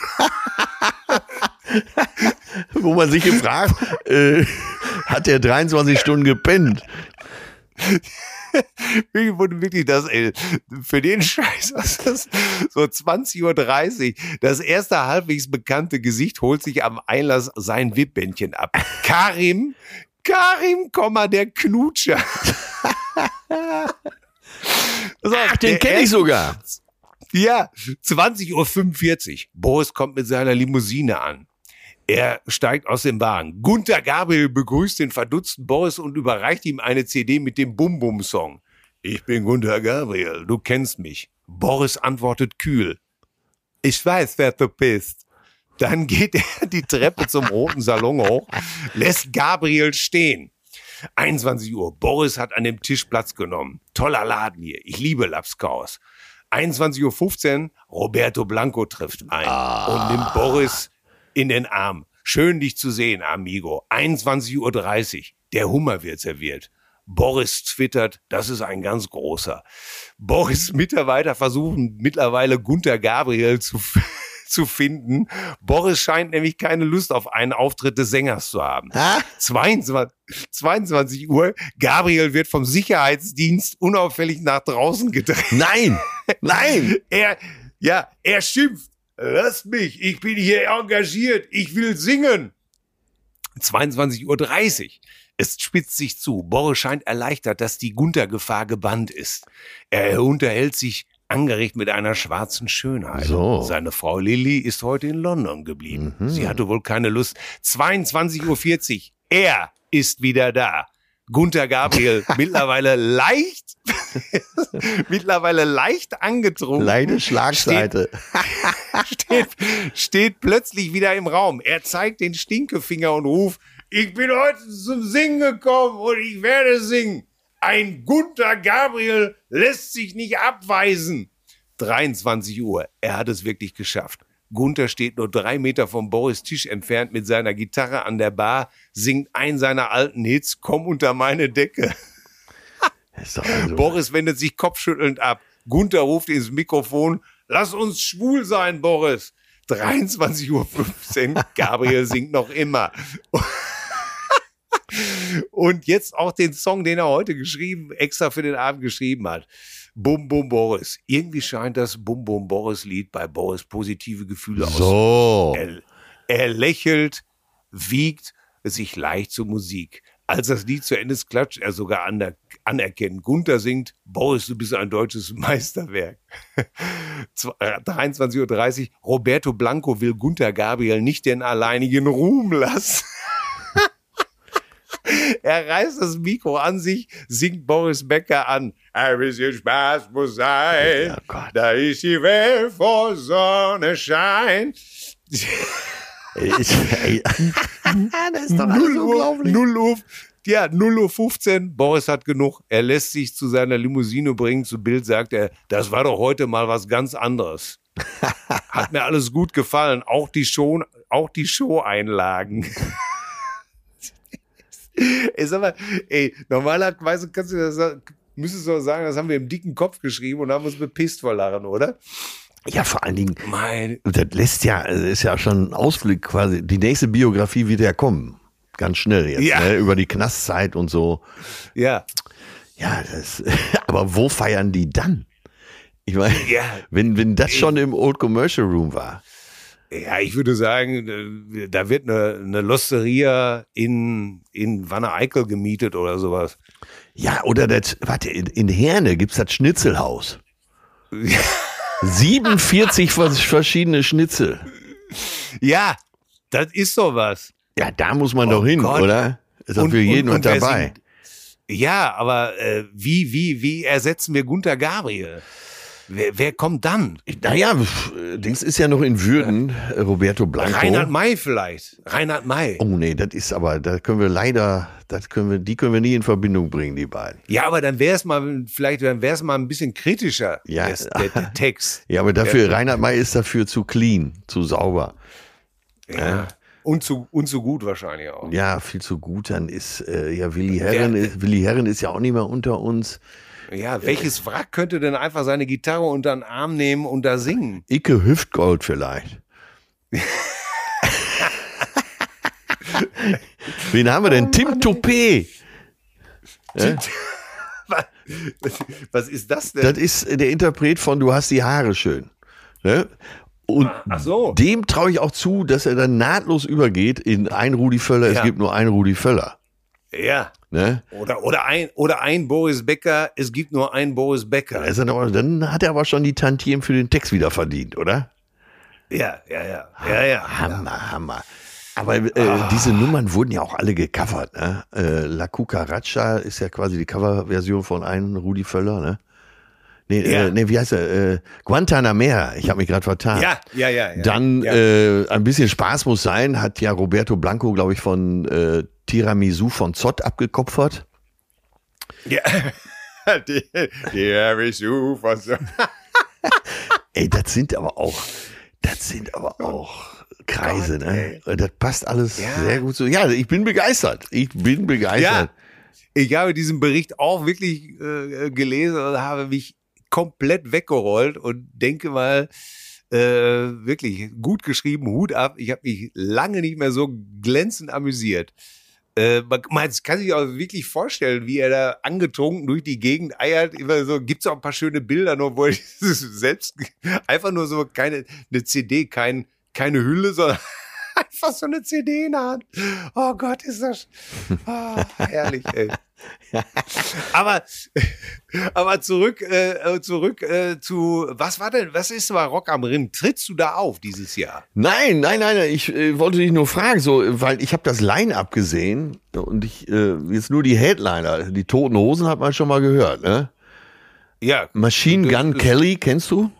Wo man sich gefragt, hat der 23 Stunden gepennt? Wirklich das, für den Scheiß, was ist das? So 20:30 Uhr, das erste halbwegs bekannte Gesicht holt sich am Einlass sein Wippbändchen ab. Karim, der Knutscher. Ach, den kenne ich sogar. Ja, 20:45 Uhr. Boris kommt mit seiner Limousine an. Er steigt aus dem Wagen. Gunter Gabriel begrüßt den verdutzten Boris und überreicht ihm eine CD mit dem Bum-Bum-Song. Ich bin Gunter Gabriel, du kennst mich. Boris antwortet kühl. Ich weiß, wer du bist. Dann geht er die Treppe zum roten Salon hoch, lässt Gabriel stehen. 21 Uhr. Boris hat an dem Tisch Platz genommen. Toller Laden hier. Ich liebe Lapskaus. 21:15 Uhr. Roberto Blanco trifft ein und nimmt Boris in den Arm. Schön, dich zu sehen, amigo. 21:30 Uhr. Der Hummer wird serviert. Boris twittert, das ist ein ganz großer. Boris' Mitarbeiter versuchen mittlerweile Gunter Gabriel zu finden. Boris scheint nämlich keine Lust auf einen Auftritt des Sängers zu haben. 22 Uhr. Gabriel wird vom Sicherheitsdienst unauffällig nach draußen gedrängt. Nein! Er schimpft. Lasst mich, ich bin hier engagiert, ich will singen. 22:30 Uhr. Es spitzt sich zu. Boris scheint erleichtert, dass die Gunter-Gefahr gebannt ist. Er unterhält sich angeregt mit einer schwarzen Schönheit. So. Seine Frau Lilly ist heute in London geblieben. Sie hatte wohl keine Lust. 22:40 Uhr. Er ist wieder da. Gunter Gabriel, mittlerweile leicht angetrunken. Leichte Schlagseite. Steht plötzlich wieder im Raum. Er zeigt den Stinkefinger und ruft, ich bin heute zum Singen gekommen und ich werde singen. Ein Gunter Gabriel lässt sich nicht abweisen. 23 Uhr. Er hat es wirklich geschafft. Gunter steht nur 3 Meter vom Boris' Tisch entfernt mit seiner Gitarre an der Bar, singt einen seiner alten Hits, Komm unter meine Decke. Ist doch also Boris wendet sich kopfschüttelnd ab. Gunter ruft ins Mikrofon, lass uns schwul sein, Boris. 23:15 Uhr. Gabriel singt noch immer. Und jetzt auch den Song, den er heute extra für den Abend geschrieben hat. Bum Bum Boris. Irgendwie scheint das Bum Bum Boris Lied bei Boris positive Gefühle so. Er lächelt, wiegt sich leicht zur Musik. Als das Lied zu Ende ist, klatscht er sogar anerkennend. Gunter singt, Boris, du bist ein deutsches Meisterwerk. 23:30 Uhr. Roberto Blanco will Gunter Gabriel nicht den alleinigen Ruhm lassen. Er reißt das Mikro an sich, singt Boris Becker an. Ein bisschen Spaß muss sein, da ist die Welt vor Sonnenschein. Das ist doch alles unglaublich. 0:15 Uhr. Boris hat genug. Er lässt sich zu seiner Limousine bringen. Zu Bild sagt er, das war doch heute mal was ganz anderes. Hat mir alles gut gefallen. Auch die Show-Einlagen. Sag mal, normalerweise müsstest du sagen, das haben wir im dicken Kopf geschrieben und haben uns bepisst vor Lachen, oder? Ja, vor allen Dingen, das ist ja schon ein Ausblick quasi. Die nächste Biografie wird ja kommen. Ganz schnell jetzt, ne? Über die Knastzeit und so. Ja. Ja, aber wo feiern die dann? Ich meine, wenn das schon im Old Commercial Room war. Ja, ich würde sagen, da wird eine Losteria in Wanne-Eickel gemietet oder sowas. Ja, oder in Herne gibt's das Schnitzelhaus. 47 verschiedene Schnitzel. Ja, das ist sowas. Ja, da muss man doch hin, Gott. oder? Ist doch für jeden was dabei. Ja, aber wie ersetzen wir Gunter Gabriel? Wer kommt dann? Naja, Dings ist ja noch in Würden, Roberto Blanco. Reinhard May vielleicht. Reinhard May. Oh nee, das ist aber, die können wir nie in Verbindung bringen, die beiden. Ja, aber dann wäre es mal ein bisschen kritischer, der Text. Ja, aber Reinhard May ist dafür zu clean, zu sauber. Ja. Und zu gut wahrscheinlich auch. Ja, viel zu gut. Dann ist Willi Herren ist ja auch nicht mehr unter uns. Ja, welches Wrack könnte denn einfach seine Gitarre unter den Arm nehmen und da singen? Icke Hüftgold vielleicht. Wen haben wir denn? Tim Toupé. Was ist das denn? Das ist der Interpret von Du hast die Haare schön. Ne? Und Ach so. dem traue ich auch zu, dass er dann nahtlos übergeht in ein Rudi Völler. Es Ja. gibt nur einen Rudi Völler. Ja. Ne? Oder ein Boris Becker, es gibt nur einen Boris Becker. Dann hat er aber schon die Tantiemen für den Text wieder verdient, oder? Ja. Hammer. Aber diese Nummern wurden ja auch alle gecovert. Ne? La Cucaracha ist ja quasi die Coverversion von einem Rudi Völler. Ne? Nee, wie heißt er? Guantanamera. Ich habe mich gerade vertan. Ja. Dann Ja. ein bisschen Spaß muss sein, hat ja Roberto Blanco, glaube ich, von Tiramisu von Zott abgekopfert. Ja. Tiramisu von Zott. Ey, das sind aber auch Kreise, Gott, ne? Das passt alles Ja. sehr gut so. Ja, ich bin begeistert. Ja, ich habe diesen Bericht auch wirklich gelesen und habe mich komplett weggerollt und denke mal, wirklich gut geschrieben, Hut ab. Ich habe mich lange nicht mehr so glänzend amüsiert. Man kann sich auch wirklich vorstellen, wie er da angetrunken durch die Gegend eiert. Immer so, gibt's auch ein paar schöne Bilder noch, wo er selbst einfach nur so eine CD, keine Hülle, sondern einfach so eine CD in der Hand. Oh Gott, ist das herrlich, ey. Aber zurück zu, was ist bei Rock am Ring? Trittst du da auf dieses Jahr? Nein. Ich wollte dich nur fragen, so, weil ich habe das Line-Up gesehen und ich jetzt nur die Headliner. Die Toten Hosen hat man schon mal gehört, ne? Ja. Machine Gun Kelly, kennst du?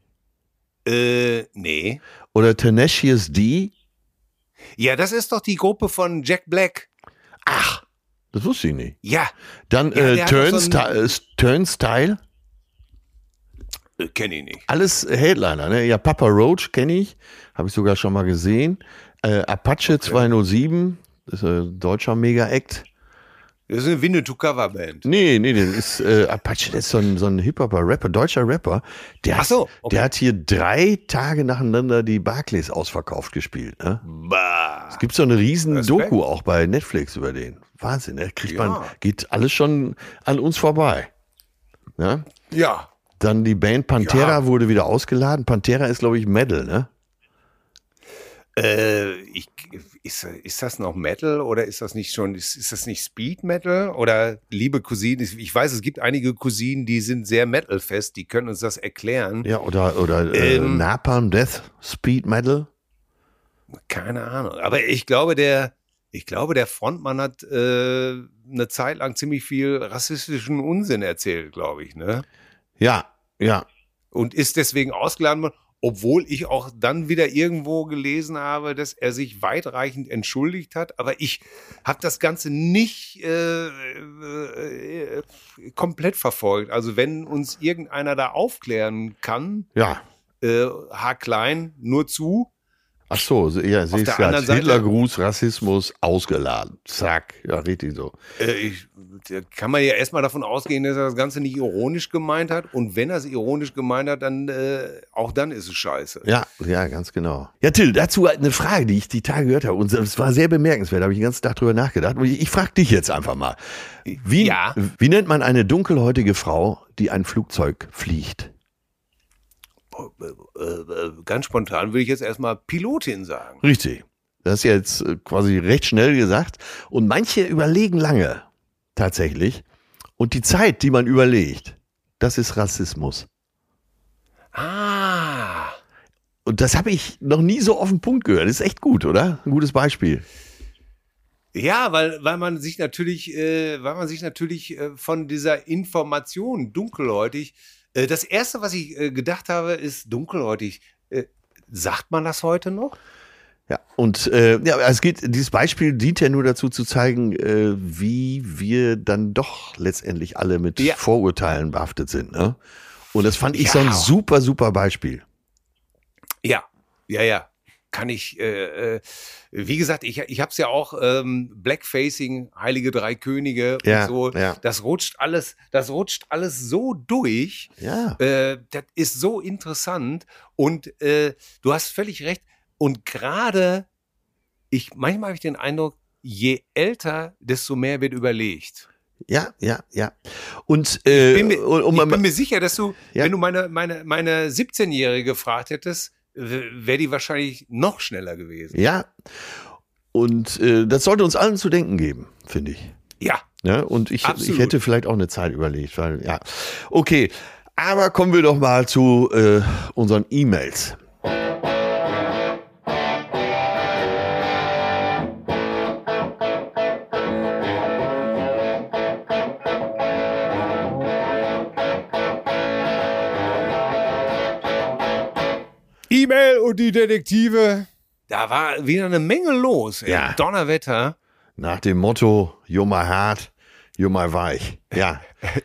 Nee. Oder Tenacious D? Ja, das ist doch die Gruppe von Jack Black. Ach, das wusste ich nicht. Ja. Dann Ja, der hat doch so Turnstile. Kenne ich nicht. Alles Headliner, ne? Ja, Papa Roach kenne ich. Habe ich sogar schon mal gesehen. Apache 207, das ist ein deutscher Mega-Act. Das ist eine Winnetou-Coverband. Nee, das ist Apache, das ist so ein Hip-Hopper-Rapper, deutscher Rapper. Der hat hier 3 Tage nacheinander die Barclays ausverkauft gespielt. Ne? Bah. Es gibt so eine riesen Respekt. Doku auch bei Netflix über den. Wahnsinn, ne? Geht alles schon an uns vorbei. Ne? Ja. Dann die Band Pantera wurde wieder ausgeladen. Pantera ist, glaube ich, Metal, ne? Ist das noch Metal oder ist das nicht schon, ist das nicht Speed Metal? Oder liebe Cousinen, ich weiß, es gibt einige Cousinen, die sind sehr metalfest, die können uns das erklären. Ja, oder Napalm Death, Speed Metal. Keine Ahnung. Aber ich glaube, der Frontmann hat eine Zeit lang ziemlich viel rassistischen Unsinn erzählt, glaube ich, ne? Ja. Und ist deswegen ausgeladen worden, obwohl ich auch dann wieder irgendwo gelesen habe, dass er sich weitreichend entschuldigt hat. Aber ich habe das Ganze nicht komplett verfolgt. Also wenn uns irgendeiner da aufklären kann, Ja. haarklein, nur zu. Ach so, ja, sehe ich der gerade. anderen Seite- Hitlergruß, Rassismus, ausgeladen. Zack, ja, richtig so. Da kann man ja erstmal davon ausgehen, dass er das Ganze nicht ironisch gemeint hat. Und wenn er es ironisch gemeint hat, dann auch dann ist es scheiße. Ja, ganz genau. Ja, Till, dazu eine Frage, die ich die Tage gehört habe. Und es war sehr bemerkenswert, da habe ich den ganzen Tag drüber nachgedacht. Und ich frage dich jetzt einfach mal. Wie nennt man eine dunkelhäutige Frau, die ein Flugzeug fliegt? Ganz spontan würde ich jetzt erstmal Pilotin sagen. Richtig. Das ist jetzt quasi recht schnell gesagt. Und manche überlegen lange, tatsächlich. Und die Zeit, die man überlegt, das ist Rassismus. Ah. Und das habe ich noch nie so auf den Punkt gehört. Das ist echt gut, oder? Ein gutes Beispiel. Ja, weil man sich natürlich von dieser Information dunkelhäutig, das erste, was ich gedacht habe, ist dunkelhäutig. Sagt man das heute noch? Ja, und dieses Beispiel dient ja nur dazu zu zeigen, wie wir dann doch letztendlich alle mit Vorurteilen behaftet sind. Ne? Und das fand ich so ein super, super Beispiel. Ja. kann ich, wie gesagt, ich habe es ja auch Blackfacing, Heilige Drei Könige und so. Ja. Das rutscht alles so durch. Ja. Das ist so interessant und du hast völlig recht. Und gerade manchmal habe ich den Eindruck, je älter, desto mehr wird überlegt. Ja. Und ich bin mir sicher, dass du, wenn du meine 17-Jährige gefragt hättest, wäre die wahrscheinlich noch schneller gewesen. Ja. Und das sollte uns allen zu denken geben, finde ich. Ja. Und ich hätte vielleicht auch eine Zeit überlegt, weil, ja. Okay, aber kommen wir doch mal zu unseren E-Mails. E-Mail und die Detektive. Da war wieder eine Menge los. Ja. Donnerwetter. Nach dem Motto, you're my hart, you're my weich. Ja.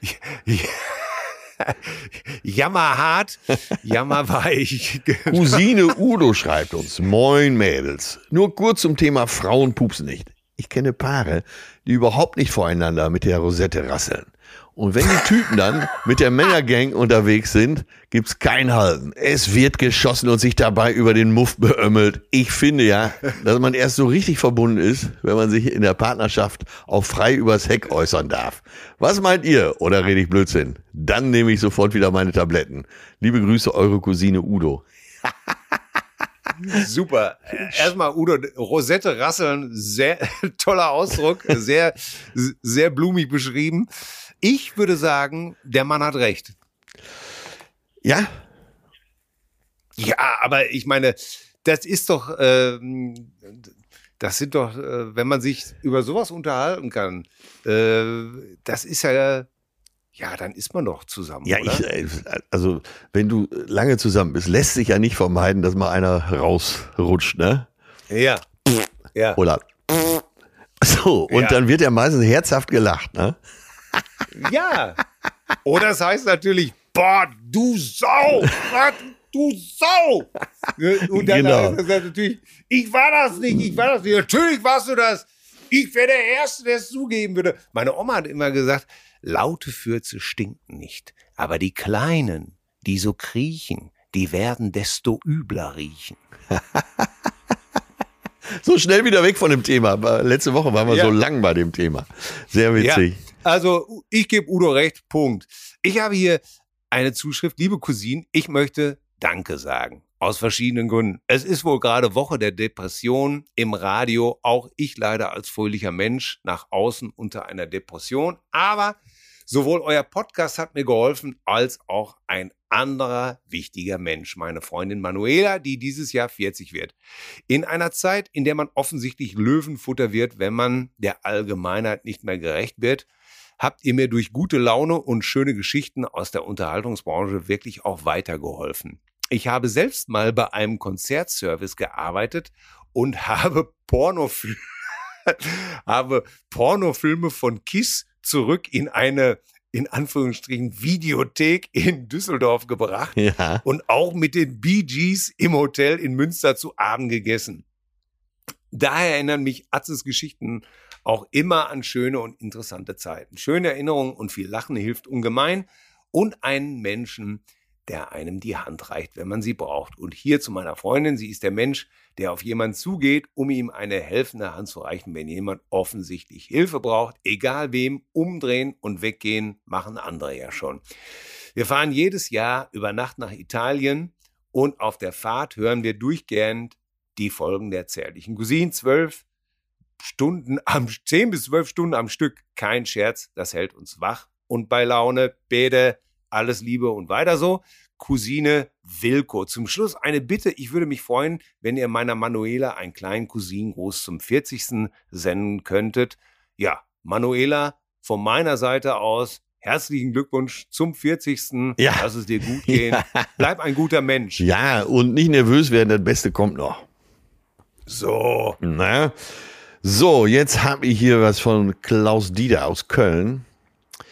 Jammer hart, jammer weich. Cousine Udo schreibt uns, moin Mädels. Nur kurz zum Thema Frauen pupsen nicht. Ich kenne Paare, die überhaupt nicht voreinander mit der Rosette rasseln. Und wenn die Typen dann mit der Männergang unterwegs sind, gibt's kein Halten. Es wird geschossen und sich dabei über den Muff beömmelt. Ich finde ja, dass man erst so richtig verbunden ist, wenn man sich in der Partnerschaft auch frei übers Heck äußern darf. Was meint ihr? Oder rede ich Blödsinn? Dann nehme ich sofort wieder meine Tabletten. Liebe Grüße, eure Cousine Udo. Super. Erstmal Udo, Rosette rasseln, sehr toller Ausdruck, sehr, sehr blumig beschrieben. Ich würde sagen, der Mann hat recht. Ja? Ja, aber ich meine, das ist doch, das sind doch, wenn man sich über sowas unterhalten kann, das ist ja, dann ist man doch zusammen, ja, oder? Also wenn du lange zusammen bist, lässt sich ja nicht vermeiden, dass mal einer rausrutscht, ne? Ja. Ja. Oder so, und dann wird ja meistens herzhaft gelacht, ne? Ja. Oder es heißt natürlich, boah, du Sau! Du Sau! Und dann Genau. heißt es natürlich, ich war das nicht. Natürlich warst du das. Ich wäre der Erste, der es zugeben würde. Meine Oma hat immer gesagt, laute Fürze stinken nicht. Aber die Kleinen, die so kriechen, die werden desto übler riechen. So schnell wieder weg von dem Thema. Letzte Woche waren wir so lang bei dem Thema. Sehr witzig. Ja. Also, ich gebe Udo recht, Punkt. Ich habe hier eine Zuschrift, liebe Cousine, ich möchte Danke sagen. Aus verschiedenen Gründen. Es ist wohl gerade Woche der Depression im Radio. Auch ich leide als fröhlicher Mensch nach außen unter einer Depression. Aber sowohl euer Podcast hat mir geholfen, als auch ein anderer wichtiger Mensch, meine Freundin Manuela, die dieses Jahr 40 wird. In einer Zeit, in der man offensichtlich Löwenfutter wird, wenn man der Allgemeinheit nicht mehr gerecht wird, habt ihr mir durch gute Laune und schöne Geschichten aus der Unterhaltungsbranche wirklich auch weitergeholfen. Ich habe selbst mal bei einem Konzertservice gearbeitet und habe Pornofilme von KISS zurück in eine, in Anführungsstrichen, Videothek in Düsseldorf gebracht und auch mit den Bee Gees im Hotel in Münster zu Abend gegessen. Daher erinnern mich Atzes Geschichten auch immer an schöne und interessante Zeiten. Schöne Erinnerungen und viel Lachen hilft ungemein und einen Menschen, der einem die Hand reicht, wenn man sie braucht. Und hier zu meiner Freundin, sie ist der Mensch, der auf jemanden zugeht, um ihm eine helfende Hand zu reichen, wenn jemand offensichtlich Hilfe braucht. Egal wem, umdrehen und weggehen, machen andere ja schon. Wir fahren jedes Jahr über Nacht nach Italien und auf der Fahrt hören wir durchgehend die Folgen der zärtlichen Cousine. 10 bis 12 Stunden am Stück, kein Scherz, das hält uns wach und bei Laune. Bede, alles Liebe und weiter so. Cousine Wilko. Zum Schluss eine Bitte. Ich würde mich freuen, wenn ihr meiner Manuela einen kleinen Cousinengruß zum 40. senden könntet. Ja, Manuela, von meiner Seite aus, herzlichen Glückwunsch zum 40. Ja. Lass es dir gut gehen. Ja. Bleib ein guter Mensch. Ja, und nicht nervös werden, das Beste kommt noch. So. Na? So, jetzt habe ich hier was von Klaus Dieter aus Köln.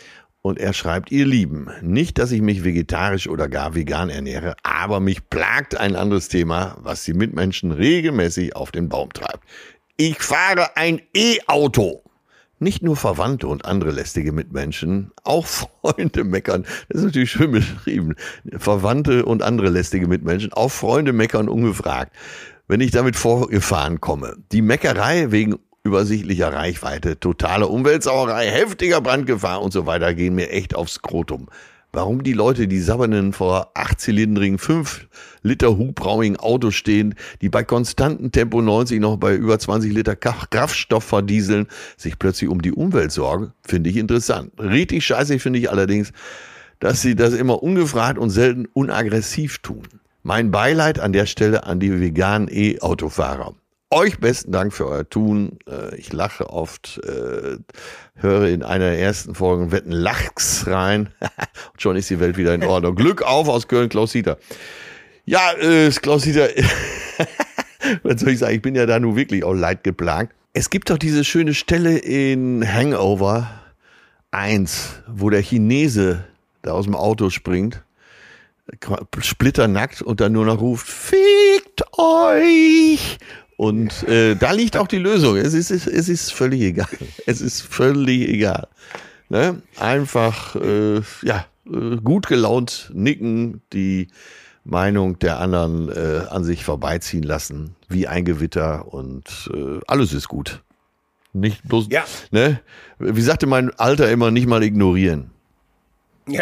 Und er schreibt, ihr Lieben, nicht, dass ich mich vegetarisch oder gar vegan ernähre, aber mich plagt ein anderes Thema, was die Mitmenschen regelmäßig auf den Baum treibt. Ich fahre ein E-Auto. Nicht nur Verwandte und andere lästige Mitmenschen, auch Freunde meckern. Das ist natürlich schön beschrieben. Verwandte und andere lästige Mitmenschen, auch Freunde meckern ungefragt, wenn ich damit vorgefahren komme. Die Meckerei wegen übersichtlicher Reichweite, totale Umweltsauerei, heftiger Brandgefahr und so weiter gehen mir echt aufs Skrotum. Warum die Leute, die sabbernden vor 8-zylindrigen, 5 Liter hubraumigen Autos stehen, die bei konstantem Tempo 90 noch bei über 20 Liter Kraftstoff verdieseln, sich plötzlich um die Umwelt sorgen, finde ich interessant. Richtig scheiße finde ich allerdings, dass sie das immer ungefragt und selten unaggressiv tun. Mein Beileid an der Stelle an die veganen E-Autofahrer. Euch besten Dank für euer Tun. Ich lache oft, höre in einer der ersten Folgen Wetten Lachs rein. Und schon ist die Welt wieder in Ordnung. Glück auf aus Köln, Klaus-Dieter. Ja, Klaus-Dieter, was soll ich sagen, ich bin ja da nun wirklich auch leidgeplagt. Es gibt doch diese schöne Stelle in Hangover 1, wo der Chinese da aus dem Auto springt, splitternackt und dann nur noch ruft, fickt euch! Und da liegt auch die Lösung. Es ist völlig egal. Es ist völlig egal. Ne? Einfach gut gelaunt nicken, die Meinung der anderen an sich vorbeiziehen lassen, wie ein Gewitter und alles ist gut. Nicht bloß, ja. Ne? Wie sagte mein Alter immer, nicht mal ignorieren. Ja,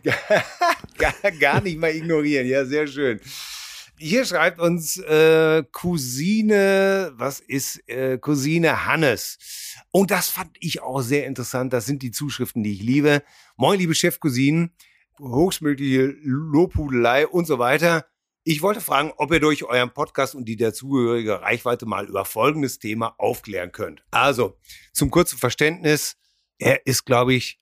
gar nicht mal ignorieren. Ja, sehr schön. Hier schreibt uns Cousine Hannes. Und das fand ich auch sehr interessant. Das sind die Zuschriften, die ich liebe. Moin, liebe Chefcousinen, hochmögliche Lobhudelei und so weiter. Ich wollte fragen, ob ihr durch euren Podcast und die dazugehörige Reichweite mal über folgendes Thema aufklären könnt. Also, zum kurzen Verständnis, er ist, glaube ich,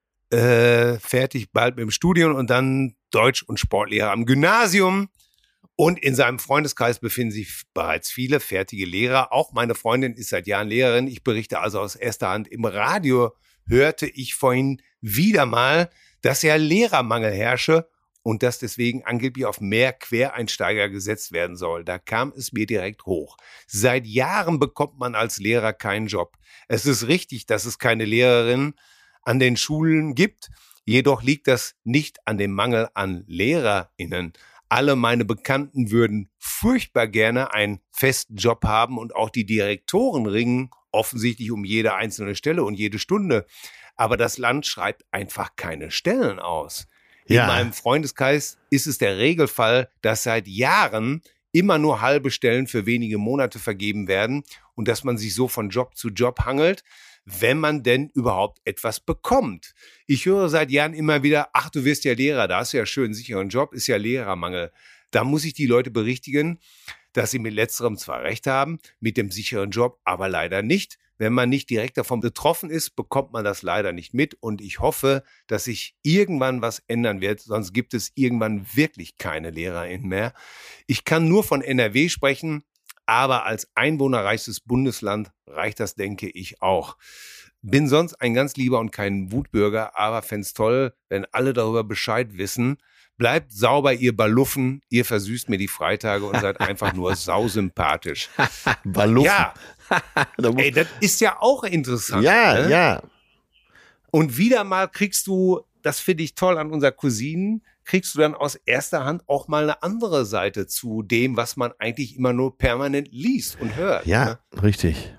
fertig bald mit dem Studium und dann Deutsch- und Sportlehrer am Gymnasium. Und in seinem Freundeskreis befinden sich bereits viele fertige Lehrer. Auch meine Freundin ist seit Jahren Lehrerin. Ich berichte also aus erster Hand. Im Radio hörte ich vorhin wieder mal, dass ja Lehrermangel herrsche und dass deswegen angeblich auf mehr Quereinsteiger gesetzt werden soll. Da kam es mir direkt hoch. Seit Jahren bekommt man als Lehrer keinen Job. Es ist richtig, dass es keine Lehrerin an den Schulen gibt. Jedoch liegt das nicht an dem Mangel an LehrerInnen. Alle meine Bekannten würden furchtbar gerne einen festen Job haben und auch die Direktoren ringen offensichtlich um jede einzelne Stelle und jede Stunde. Aber das Land schreibt einfach keine Stellen aus. In meinem Freundeskreis ist es der Regelfall, dass seit Jahren immer nur halbe Stellen für wenige Monate vergeben werden und dass man sich so von Job zu Job hangelt, wenn man denn überhaupt etwas bekommt. Ich höre seit Jahren immer wieder, ach, du wirst ja Lehrer, da hast du ja schön einen sicheren Job, ist ja Lehrermangel. Da muss ich die Leute berichtigen, dass sie mit letzterem zwar recht haben, mit dem sicheren Job aber leider nicht. Wenn man nicht direkt davon betroffen ist, bekommt man das leider nicht mit. Und ich hoffe, dass sich irgendwann was ändern wird, sonst gibt es irgendwann wirklich keine LehrerInnen mehr. Ich kann nur von NRW sprechen, aber als einwohnerreichstes Bundesland reicht das, denke ich, auch. Bin sonst ein ganz lieber und kein Wutbürger, aber fände es toll, wenn alle darüber Bescheid wissen. Bleibt sauber, ihr Baluffen, ihr versüßt mir die Freitage und seid einfach nur sausympathisch. Baluffen. Ja, ey, das ist ja auch interessant. Ja, ne? ja. Und wieder mal kriegst du, das finde ich toll an unserer Cousinen, kriegst du dann aus erster Hand auch mal eine andere Seite zu dem, was man eigentlich immer nur permanent liest und hört. Ja, ne? Richtig.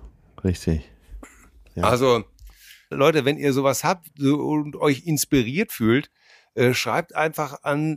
Ja. Also, Leute, wenn ihr sowas habt und euch inspiriert fühlt, schreibt einfach an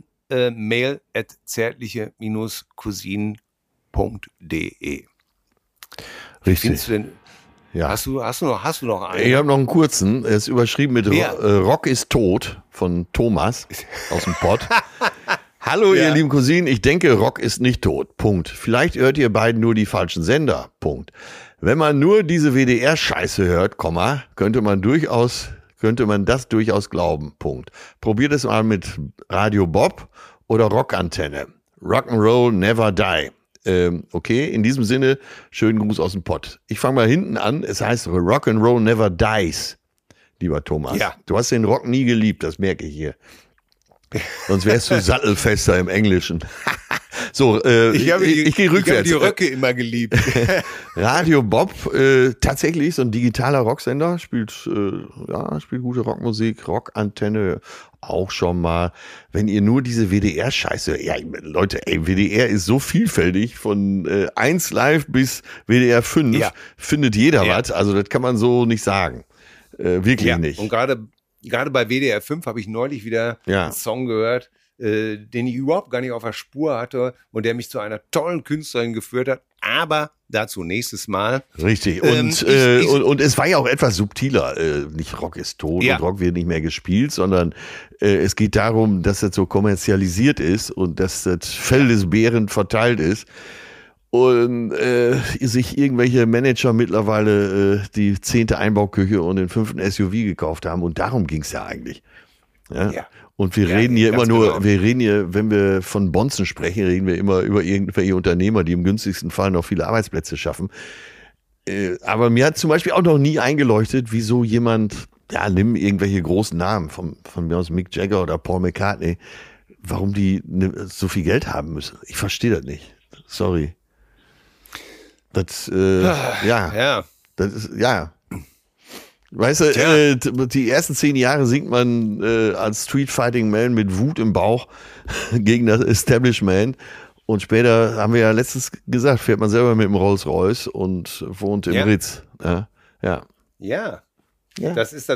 mail@zärtliche-cousinen.de. Richtig. Du denn, ja. Hast du noch einen? Ich habe noch einen kurzen. Er ist überschrieben mit Rock ist tot von Thomas aus dem Pott. Hallo, ihr lieben Cousinen. Ich denke, Rock ist nicht tot. Punkt. Vielleicht hört ihr beiden nur die falschen Sender. Punkt. Wenn man nur diese WDR-Scheiße hört, könnte man das durchaus glauben. Punkt. Probiert es mal mit Radio Bob oder Rockantenne. Rock'n'Roll never die. Okay, in diesem Sinne, schönen Gruß aus dem Pott. Ich fange mal hinten an. Es heißt Rock'n'Roll never dies. lieber Thomas. Ja. Du hast den Rock nie geliebt, das merke ich hier. Sonst wärst du sattelfester im Englischen. So, ich gehe rückwärts. Ich habe die Röcke immer geliebt. Radio Bob, tatsächlich so ein digitaler Rocksender, spielt gute Rockmusik, Rockantenne auch schon mal. Wenn ihr nur diese WDR-Scheiße, ja Leute, WDR ist so vielfältig, von 1 Live bis WDR 5 findet jeder was, also das kann man so nicht sagen. Wirklich nicht. Und gerade bei WDR 5 habe ich neulich wieder einen Song gehört, den ich überhaupt gar nicht auf der Spur hatte und der mich zu einer tollen Künstlerin geführt hat, aber dazu nächstes Mal. Richtig, und es war ja auch etwas subtiler, nicht Rock ist tot und Rock wird nicht mehr gespielt, sondern es geht darum, dass das so kommerzialisiert ist und dass das Fell des Bären verteilt ist und sich irgendwelche Manager mittlerweile die 10. Einbauküche und den 5. SUV gekauft haben und darum ging es ja eigentlich. Ja. Und wir reden hier immer nur, genau. Wir reden hier, wenn wir von Bonzen sprechen, reden wir immer über irgendwelche Unternehmer, die im günstigsten Fall noch viele Arbeitsplätze schaffen. Aber mir hat zum Beispiel auch noch nie eingeleuchtet, wieso jemand, nimm irgendwelche großen Namen, von mir aus Mick Jagger oder Paul McCartney, warum die so viel Geld haben müssen. Ich verstehe das nicht. Sorry. Das, das ist, Weißt du, die ersten 10 Jahre singt man als Street Fighting Man mit Wut im Bauch gegen das Establishment. Und später, haben wir ja letztens gesagt, fährt man selber mit dem Rolls-Royce und wohnt im Ritz. Ja. Das ist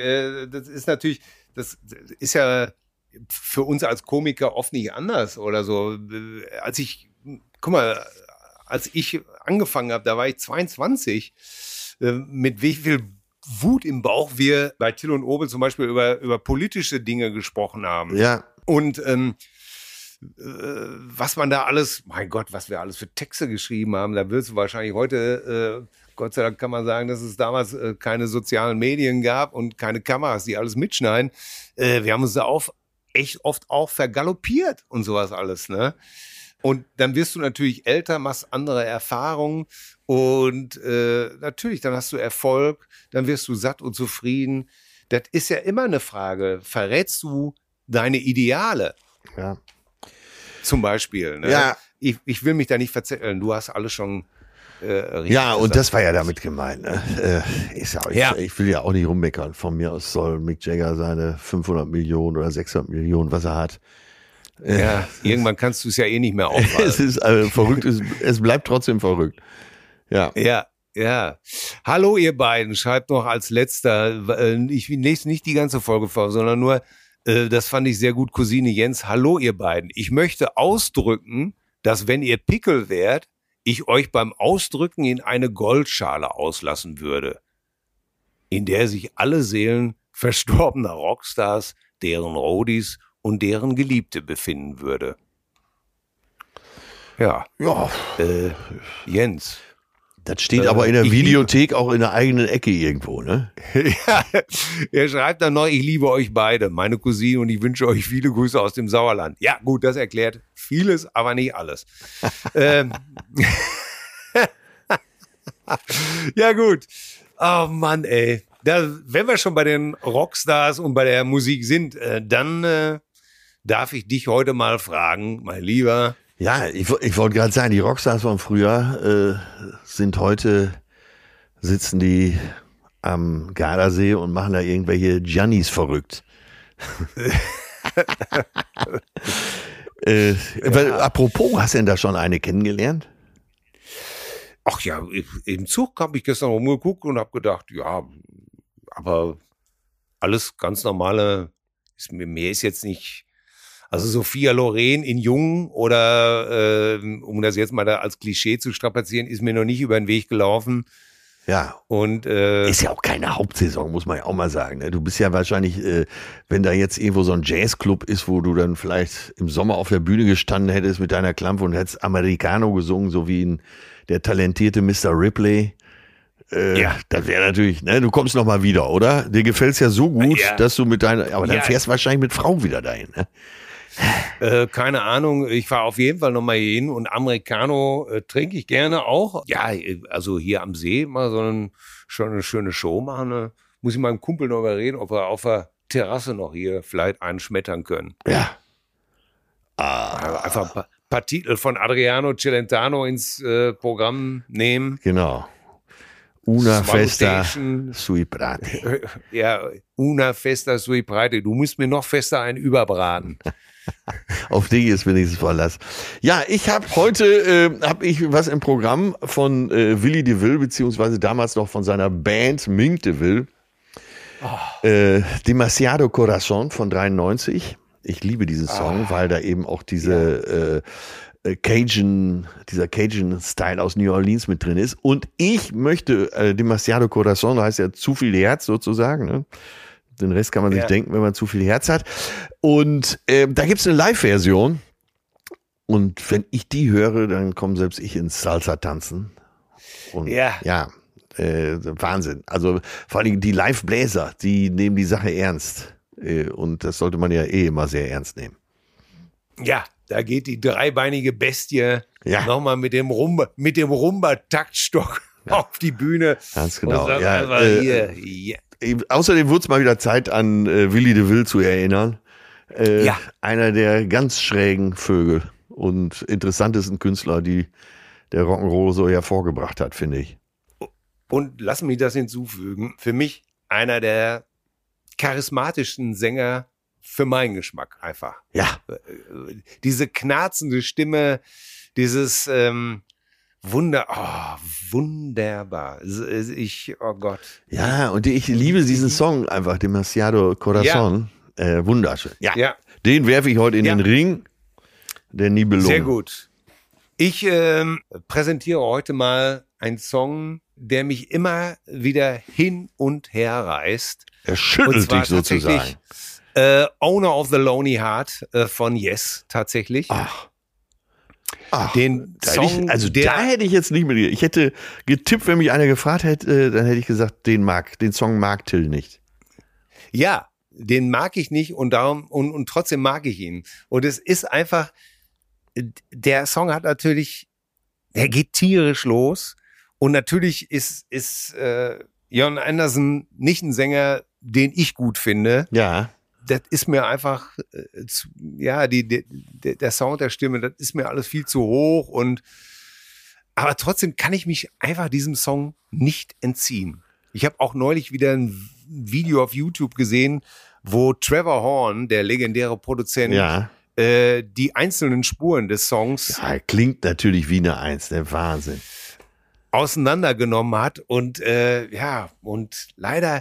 ja für uns als Komiker oft nicht anders oder so. Als ich angefangen habe, da war ich 22, mit wie viel Wut im Bauch wir bei Till und Obel zum Beispiel über politische Dinge gesprochen haben. Ja. Und was man da alles, mein Gott, was wir alles für Texte geschrieben haben, da wirst du wahrscheinlich heute, Gott sei Dank kann man sagen, dass es damals keine sozialen Medien gab und keine Kameras, die alles mitschneiden. Wir haben uns da echt oft auch vergaloppiert und sowas alles, ne? Und dann wirst du natürlich älter, machst andere Erfahrungen und natürlich, dann hast du Erfolg, dann wirst du satt und zufrieden. Das ist ja immer eine Frage. Verrätst du deine Ideale? Ja. Zum Beispiel. Ne? Ja. Ich will mich da nicht verzetteln. Du hast alles schon richtig gesagt. Und das war ja damit gemeint. Ne? Ich will ja auch nicht rummeckern. Von mir aus soll Mick Jagger seine 500 Millionen oder 600 Millionen, was er hat. Ja, irgendwann kannst du es ja eh nicht mehr aufhalten. Es ist verrückt, es bleibt trotzdem verrückt. Ja. Ja. Hallo ihr beiden, schreibt noch als letzter, ich lese nicht die ganze Folge vor, sondern nur, das fand ich sehr gut, Cousine Jens, hallo ihr beiden. Ich möchte ausdrücken, dass wenn ihr Pickel wärt, ich euch beim Ausdrücken in eine Goldschale auslassen würde, in der sich alle Seelen verstorbener Rockstars, deren Roadies und deren Geliebte befinden würde. Ja. Jens. Das steht aber in der Videothek auch in der eigenen Ecke irgendwo, ne? Ja, er schreibt dann noch, ich liebe euch beide, meine Cousine, und ich wünsche euch viele Grüße aus dem Sauerland. Ja, gut, das erklärt vieles, aber nicht alles. Ja, gut. Oh Mann, ey. Wenn wir schon bei den Rockstars und bei der Musik sind, dann darf ich dich heute mal fragen, mein Lieber. Ja, ich wollte gerade sagen, die Rockstars von früher sind heute, sitzen die am Gardasee und machen da irgendwelche Giannis verrückt. Apropos, hast du denn da schon eine kennengelernt? Ach ja, im Zug habe ich gestern rumgeguckt und habe gedacht, ja, aber alles ganz normale, mehr ist jetzt nicht. Also Sophia Loren in Jung oder um das jetzt mal da als Klischee zu strapazieren, ist mir noch nicht über den Weg gelaufen. Ja. Und ist ja auch keine Hauptsaison, muss man ja auch mal sagen. Ne? Du bist ja wahrscheinlich, wenn da jetzt irgendwo so ein Jazzclub ist, wo du dann vielleicht im Sommer auf der Bühne gestanden hättest mit deiner Klampe und hättest Americano gesungen, so wie der talentierte Mr. Ripley. Das wäre natürlich, ne, du kommst noch mal wieder, oder? Dir gefällt's ja so gut, dass du aber dann fährst du wahrscheinlich mit Frau wieder dahin, ne? Keine Ahnung, ich fahre auf jeden Fall noch mal hin und Americano trinke ich gerne auch. Ja, also hier am See mal schon eine schöne Show machen, muss ich meinem Kumpel noch überreden, ob wir auf der Terrasse noch hier vielleicht einen schmettern können. Ja. Also einfach ein paar Titel von Adriano Celentano ins Programm nehmen. Genau. Una Swallow festa Station. sui prati. Ja, una festa sui prati. Du musst mir noch fester einen überbraten. Auf dich ist wenigstens Verlass. Ja, ich habe heute was im Programm von Willy DeVille, beziehungsweise damals noch von seiner Band Mink DeVille. Demasiado Corazon von 93. Ich liebe diesen Song, weil da eben auch dieser Cajun-Style aus New Orleans mit drin ist. Und ich möchte Demasiado Corazon, heißt ja zu viel Herz sozusagen, ne? Den Rest kann man sich denken, wenn man zu viel Herz hat. Und da gibt es eine Live-Version. Und wenn ich die höre, dann komme selbst ich ins Salsa-Tanzen. Und Wahnsinn. Also vor allem die Live-Bläser, die nehmen die Sache ernst. Und das sollte man ja immer sehr ernst nehmen. Ja, da geht die dreibeinige Bestie nochmal mit dem Rumba-Taktstock auf die Bühne. Ganz genau. Hier. Außerdem wurde es mal wieder Zeit, an Willy DeVille zu erinnern. Einer der ganz schrägen Vögel und interessantesten Künstler, die der Rock'n'Roll so hervorgebracht hat, finde ich. Und lass mich das hinzufügen. Für mich einer der charismatischsten Sänger für meinen Geschmack einfach. Ja. Diese knarzende Stimme, dieses wunderbar. Oh Gott. Ja, und ich liebe diesen Song einfach, Demasiado Corazon. Wunderschön. Ja. Den werfe ich heute in den Ring der Nibelungen. Sehr gut. Ich präsentiere heute mal einen Song, der mich immer wieder hin und her reißt. Er schüttelt dich sozusagen. Owner of the Lonely Heart von Yes, tatsächlich. Ach, den Song, da hätte ich jetzt nicht mit dir. Ich hätte getippt, wenn mich einer gefragt hätte, dann hätte ich gesagt, den Song mag Till nicht. Ja, den mag ich nicht und darum und trotzdem mag ich ihn. Und es ist einfach, der Song hat natürlich, der geht tierisch los und natürlich ist Jon Anderson nicht ein Sänger, den ich gut finde. Ja. Das ist mir einfach, der Sound der Stimme, das ist mir alles viel zu hoch aber trotzdem kann ich mich einfach diesem Song nicht entziehen. Ich habe auch neulich wieder ein Video auf YouTube gesehen, wo Trevor Horn, der legendäre Produzent, die einzelnen Spuren des Songs klingt natürlich wie eine Eins, der Wahnsinn. Auseinandergenommen hat und und leider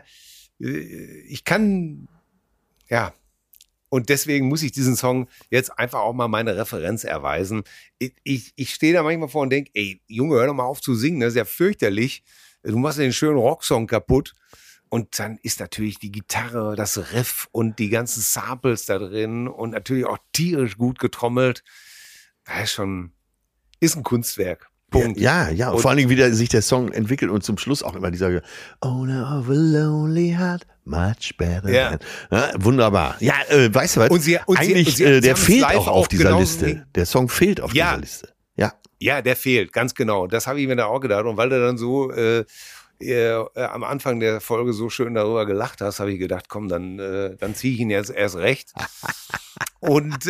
und deswegen muss ich diesen Song jetzt einfach auch mal meine Referenz erweisen. Ich stehe da manchmal vor und denke, ey, Junge, hör doch mal auf zu singen, das ist ja fürchterlich. Du machst den schönen Rocksong kaputt. Und dann ist natürlich die Gitarre, das Riff und die ganzen Samples da drin und natürlich auch tierisch gut getrommelt. Das ist ein Kunstwerk. Punkt. Ja, und vor allen Dingen, wie sich der Song entwickelt und zum Schluss auch immer dieser Owner of a lonely heart, much better. Ja, wunderbar. Ja, weißt du was? Der fehlt auch auf dieser Liste. Der Song fehlt auf dieser Liste. Ja, der fehlt, ganz genau. Das habe ich mir da auch gedacht. Und weil du dann so am Anfang der Folge so schön darüber gelacht hast, habe ich gedacht, komm, dann ziehe ich ihn jetzt erst recht. Und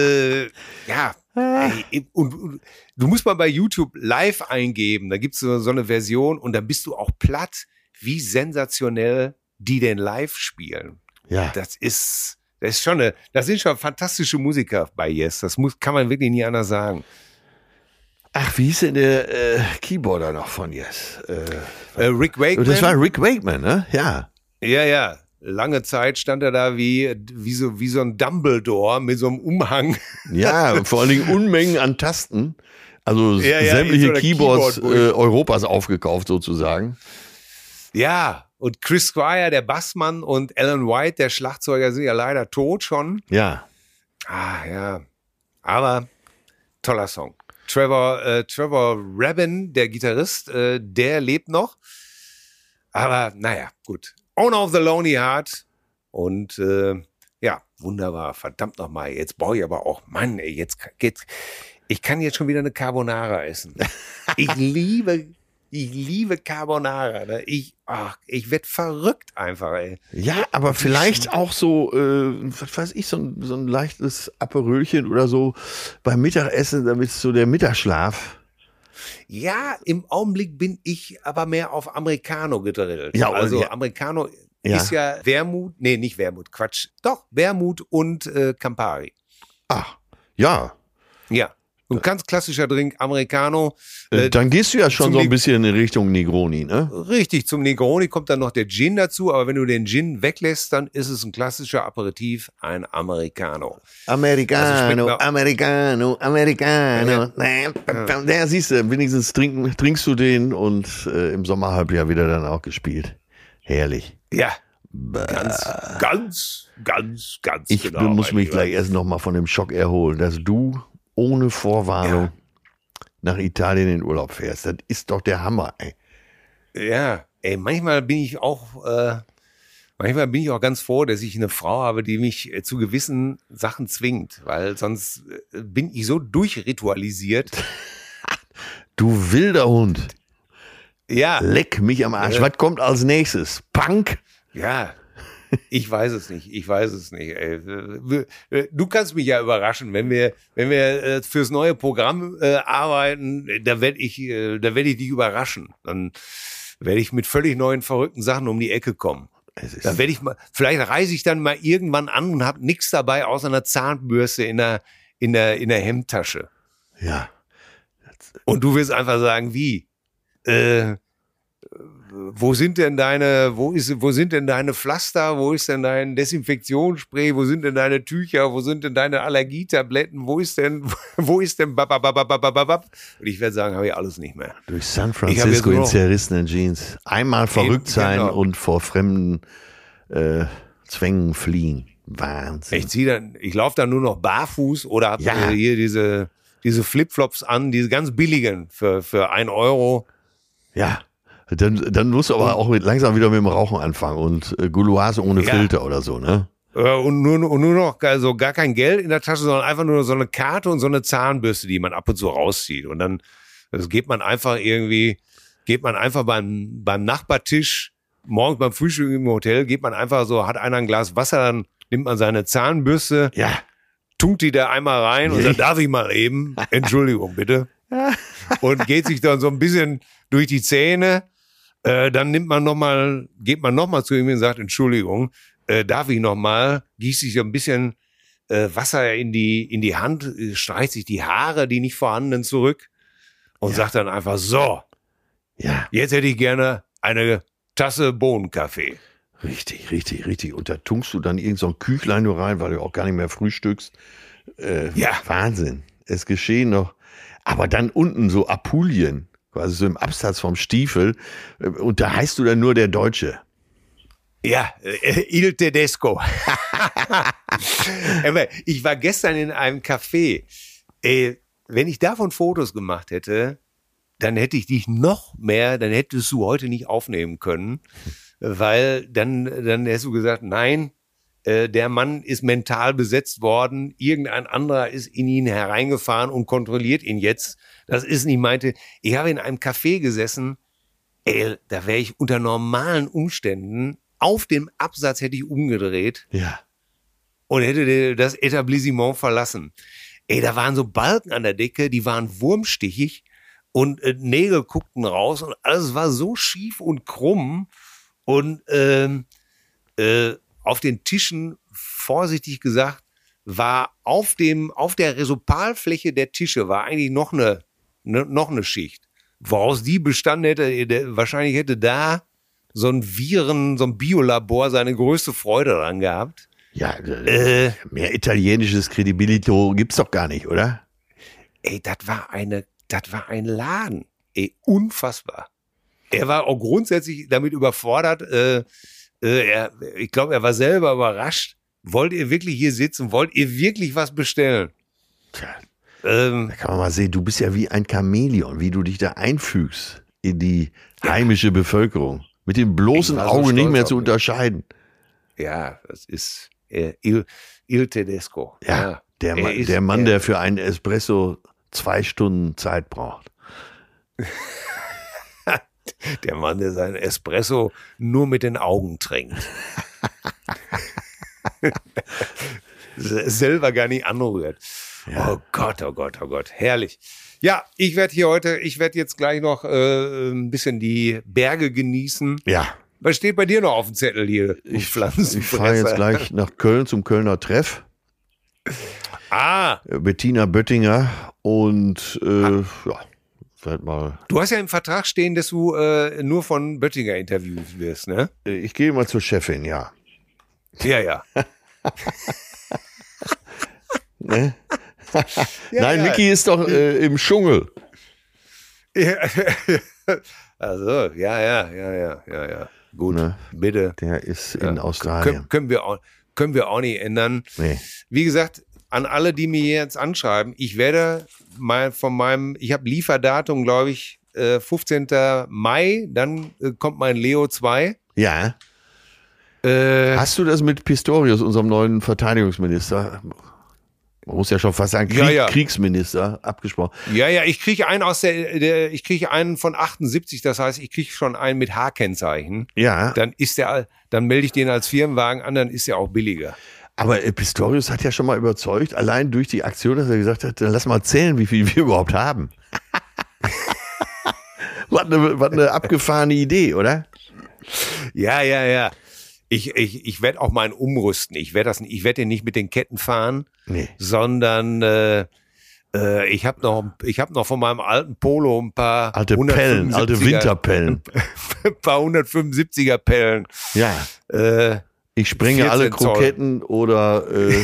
und du musst mal bei YouTube live eingeben, da gibt es so eine Version und dann bist du auch platt, wie sensationell die den live spielen. Ja. Das sind schon fantastische Musiker bei Yes, kann man wirklich nie anders sagen. Ach, wie hieß denn der Keyboarder noch von Yes? Rick Wakeman. Das war Rick Wakeman, ne? Ja. Ja. Lange Zeit stand er da wie so ein Dumbledore mit so einem Umhang. Ja, vor allen Dingen Unmengen an Tasten. Also sämtliche Keyboards Europas aufgekauft sozusagen. Ja, und Chris Squire, der Bassmann, und Alan White, der Schlagzeuger, sind ja leider tot schon. Ja. Ja. Aber toller Song. Trevor Rabin, der Gitarrist, der lebt noch. Aber naja, gut. Owner of the Lonely Heart. Und wunderbar. Verdammt nochmal. Jetzt brauche ich aber auch, Mann, ey, ich kann jetzt schon wieder eine Carbonara essen. Ich liebe Ich liebe Carbonara. Ne? Ich werd verrückt einfach, ey. Ja, aber vielleicht auch so, was weiß ich, so ein leichtes Aperölchen oder so beim Mittagessen, damit so der Mittagsschlaf. Ja, im Augenblick bin ich aber mehr auf Americano gedrillt. Ja, also ja. Americano Ja. ist ja Wermut, nee, nicht Wermut, Quatsch. Doch, Wermut und Campari. Ach, ja. Ja, ein ganz klassischer Drink, Americano. Dann gehst du ja schon zum so ein Lig- bisschen in Richtung Negroni, ne? Richtig, zum Negroni kommt dann noch der Gin dazu, aber wenn du den Gin weglässt, dann ist es ein klassischer Aperitif, ein Americano. Americano, Also Americano. Ja, siehst du, wenigstens trinkst du den und im Sommerhalbjahr wieder dann auch gespielt. Herrlich. Ja, ganz Ich genau. muss mein mich Lieber. gleich erst nochmal von dem Schock erholen, dass du ohne Vorwarnung nach Italien in Urlaub fährst. Das ist doch der Hammer, ey. Ja, ey, manchmal bin ich auch ganz froh, dass ich eine Frau habe, die mich zu gewissen Sachen zwingt, weil sonst bin ich so durchritualisiert. Du wilder Hund. Ja, Leck mich am Arsch. Was kommt als nächstes? Punk? ja. Ich weiß es nicht. Ey. Du kannst mich ja überraschen, wenn wir fürs neue Programm arbeiten, da werde ich dich überraschen. Dann werde ich mit völlig neuen verrückten Sachen um die Ecke kommen. Da werde ich mal, vielleicht reise ich dann mal irgendwann an und habe nichts dabei außer einer Zahnbürste in der Hemdtasche. Ja. Und du wirst einfach sagen, wie? Wo sind denn deine Pflaster? Wo ist denn dein Desinfektionsspray? Wo sind denn deine Tücher? Wo sind denn deine Allergietabletten? Wo ist denn babababababab? Und ich werde sagen, habe ich alles nicht mehr. Durch San Ich hab jetzt Francisco nur in noch- zerrissenen Jeans. Einmal verrückt sein genau. und vor fremden Zwängen fliehen. Wahnsinn. Ich laufe dann nur noch barfuß oder habe Ja. hier diese Flipflops an, diese ganz billigen für 1 Euro. Ja. Dann musst du aber auch langsam wieder mit dem Rauchen anfangen und Gouloise ohne Ja. Filter oder so, ne? Und nur noch also gar kein Geld in der Tasche, sondern einfach nur so eine Karte und so eine Zahnbürste, die man ab und zu rauszieht. Und dann geht man einfach beim Nachbartisch, morgens beim Frühstück im Hotel, geht man einfach so, hat einer ein Glas Wasser, dann nimmt man seine Zahnbürste, Ja. tunkt die da einmal rein und dann darf ich mal eben, Entschuldigung bitte, und geht sich dann so ein bisschen durch die Zähne. Dann geht man nochmal zu ihm und sagt, Entschuldigung, darf ich nochmal, gießt sich so ein bisschen Wasser in die Hand, streicht sich die Haare, die nicht vorhandenen, zurück und sagt dann einfach, so, Ja. jetzt hätte ich gerne eine Tasse Bohnenkaffee. Richtig. Und da tunkst du dann irgend so ein Küchlein nur rein, weil du auch gar nicht mehr frühstückst. Ja. Wahnsinn. Es geschehen noch. Aber dann unten so Apulien, quasi so im Absatz vom Stiefel. Und da heißt du dann nur der Deutsche. Ja, Il Tedesco. Aber ich war gestern in einem Café. Wenn ich davon Fotos gemacht hätte, dann hätte ich dich dann hättest du heute nicht aufnehmen können, weil dann hättest du gesagt, nein, der Mann ist mental besetzt worden, irgendein anderer ist in ihn hereingefahren und kontrolliert ihn jetzt. Das ist nicht meinte. Ich habe in einem Café gesessen, da wäre ich unter normalen Umständen auf dem Absatz hätte ich umgedreht Ja. und hätte das Etablissement verlassen. Da waren so Balken an der Decke, die waren wurmstichig und Nägel guckten raus und alles war so schief und krumm und auf den Tischen, vorsichtig gesagt, war auf der Resopalfläche der Tische war eigentlich noch eine Schicht. Woraus die bestanden hätte, wahrscheinlich hätte da so ein Biolabor seine größte Freude dran gehabt. Ja, mehr italienisches Credibilito gibt's doch gar nicht, oder? Das war ein Laden. Unfassbar. Er war auch grundsätzlich damit überfordert. Ich glaube, er war selber überrascht. Wollt ihr wirklich hier sitzen? Wollt ihr wirklich was bestellen? Tja, da kann man mal sehen, du bist ja wie ein Chamäleon, wie du dich da einfügst in die heimische Bevölkerung. Mit dem bloßen Ich war so Auge nicht stolz mehr auf zu mich. unterscheiden. Ja, das ist Il Tedesco. Ja, der Mann, der für einen Espresso 2 Stunden Zeit braucht. Der Mann, der seinen Espresso nur mit den Augen trinkt. Selber gar nicht anrührt. Ja. Oh Gott, oh Gott, oh Gott. Herrlich. Ja, ich werde jetzt gleich noch ein bisschen die Berge genießen. Ja. Was steht bei dir noch auf dem Zettel hier? Ich fahre jetzt gleich nach Köln zum Kölner Treff. Bettina Böttinger und ja, werd mal. Du hast ja im Vertrag stehen, dass du nur von Böttinger interviewt wirst, ne? Ich gehe mal zur Chefin, ja. Ja. Ne? Nein, Micky ist doch im Dschungel. Also, ja. Gut, ne? Bitte. Der ist in Australien. Können wir auch nicht ändern. Nee. Wie gesagt, an alle, die mir jetzt anschreiben, ich werde mal ich habe Lieferdatum, glaube ich, 15. Mai, dann kommt mein Leo 2. Ja. Hast du das mit Pistorius, unserem neuen Verteidigungsminister? Man muss ja schon fast sagen, Kriegsminister, abgesprochen. Ja, ich kriege einen ich kriege einen von 78, das heißt, ich kriege schon einen mit H-Kennzeichen. Ja. Dann melde ich den als Firmenwagen an, dann ist der auch billiger. Aber Pistorius hat ja schon mal überzeugt, allein durch die Aktion, dass er gesagt hat, dann lass mal zählen, wie viel wir überhaupt haben. Was eine abgefahrene Idee, oder? Ja. Ich werde auch mal umrüsten. Ich werde den nicht mit den Ketten fahren, sondern ich habe noch von meinem alten Polo ein paar alte Pellen, alte Winterpellen. Ein paar 175er Pellen. Ja. Ich sprenge alle Kroketten Zoll. Oder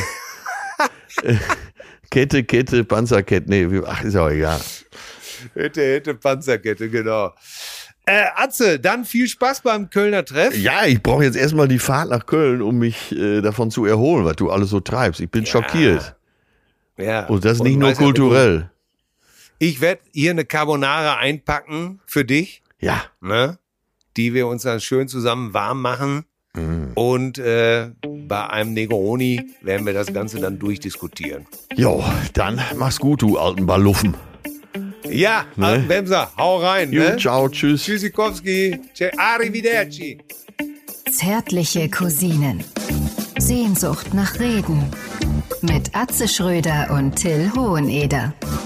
Kette, Panzerkette. Nee, ist auch egal. Hätte Panzerkette, genau. Atze, dann viel Spaß beim Kölner Treff. Ja, ich brauche jetzt erstmal die Fahrt nach Köln, um mich davon zu erholen, was du alles so treibst. Ich bin schockiert. Ja. Und das nicht nur kulturell. Ich werde hier eine Carbonara einpacken für dich. Ja. Ne? Die wir uns dann schön zusammen warm machen. Und bei einem Negroni werden wir das Ganze dann durchdiskutieren. Jo, dann mach's gut, du alten Balluffen. Ja, ne? Alten Wemser, hau rein. Jo, ne? Ciao, tschüss. Tschüssikowski, arrivederci. Zärtliche Cousinen. Sehnsucht nach Reden. Mit Atze Schröder und Till Hoheneder.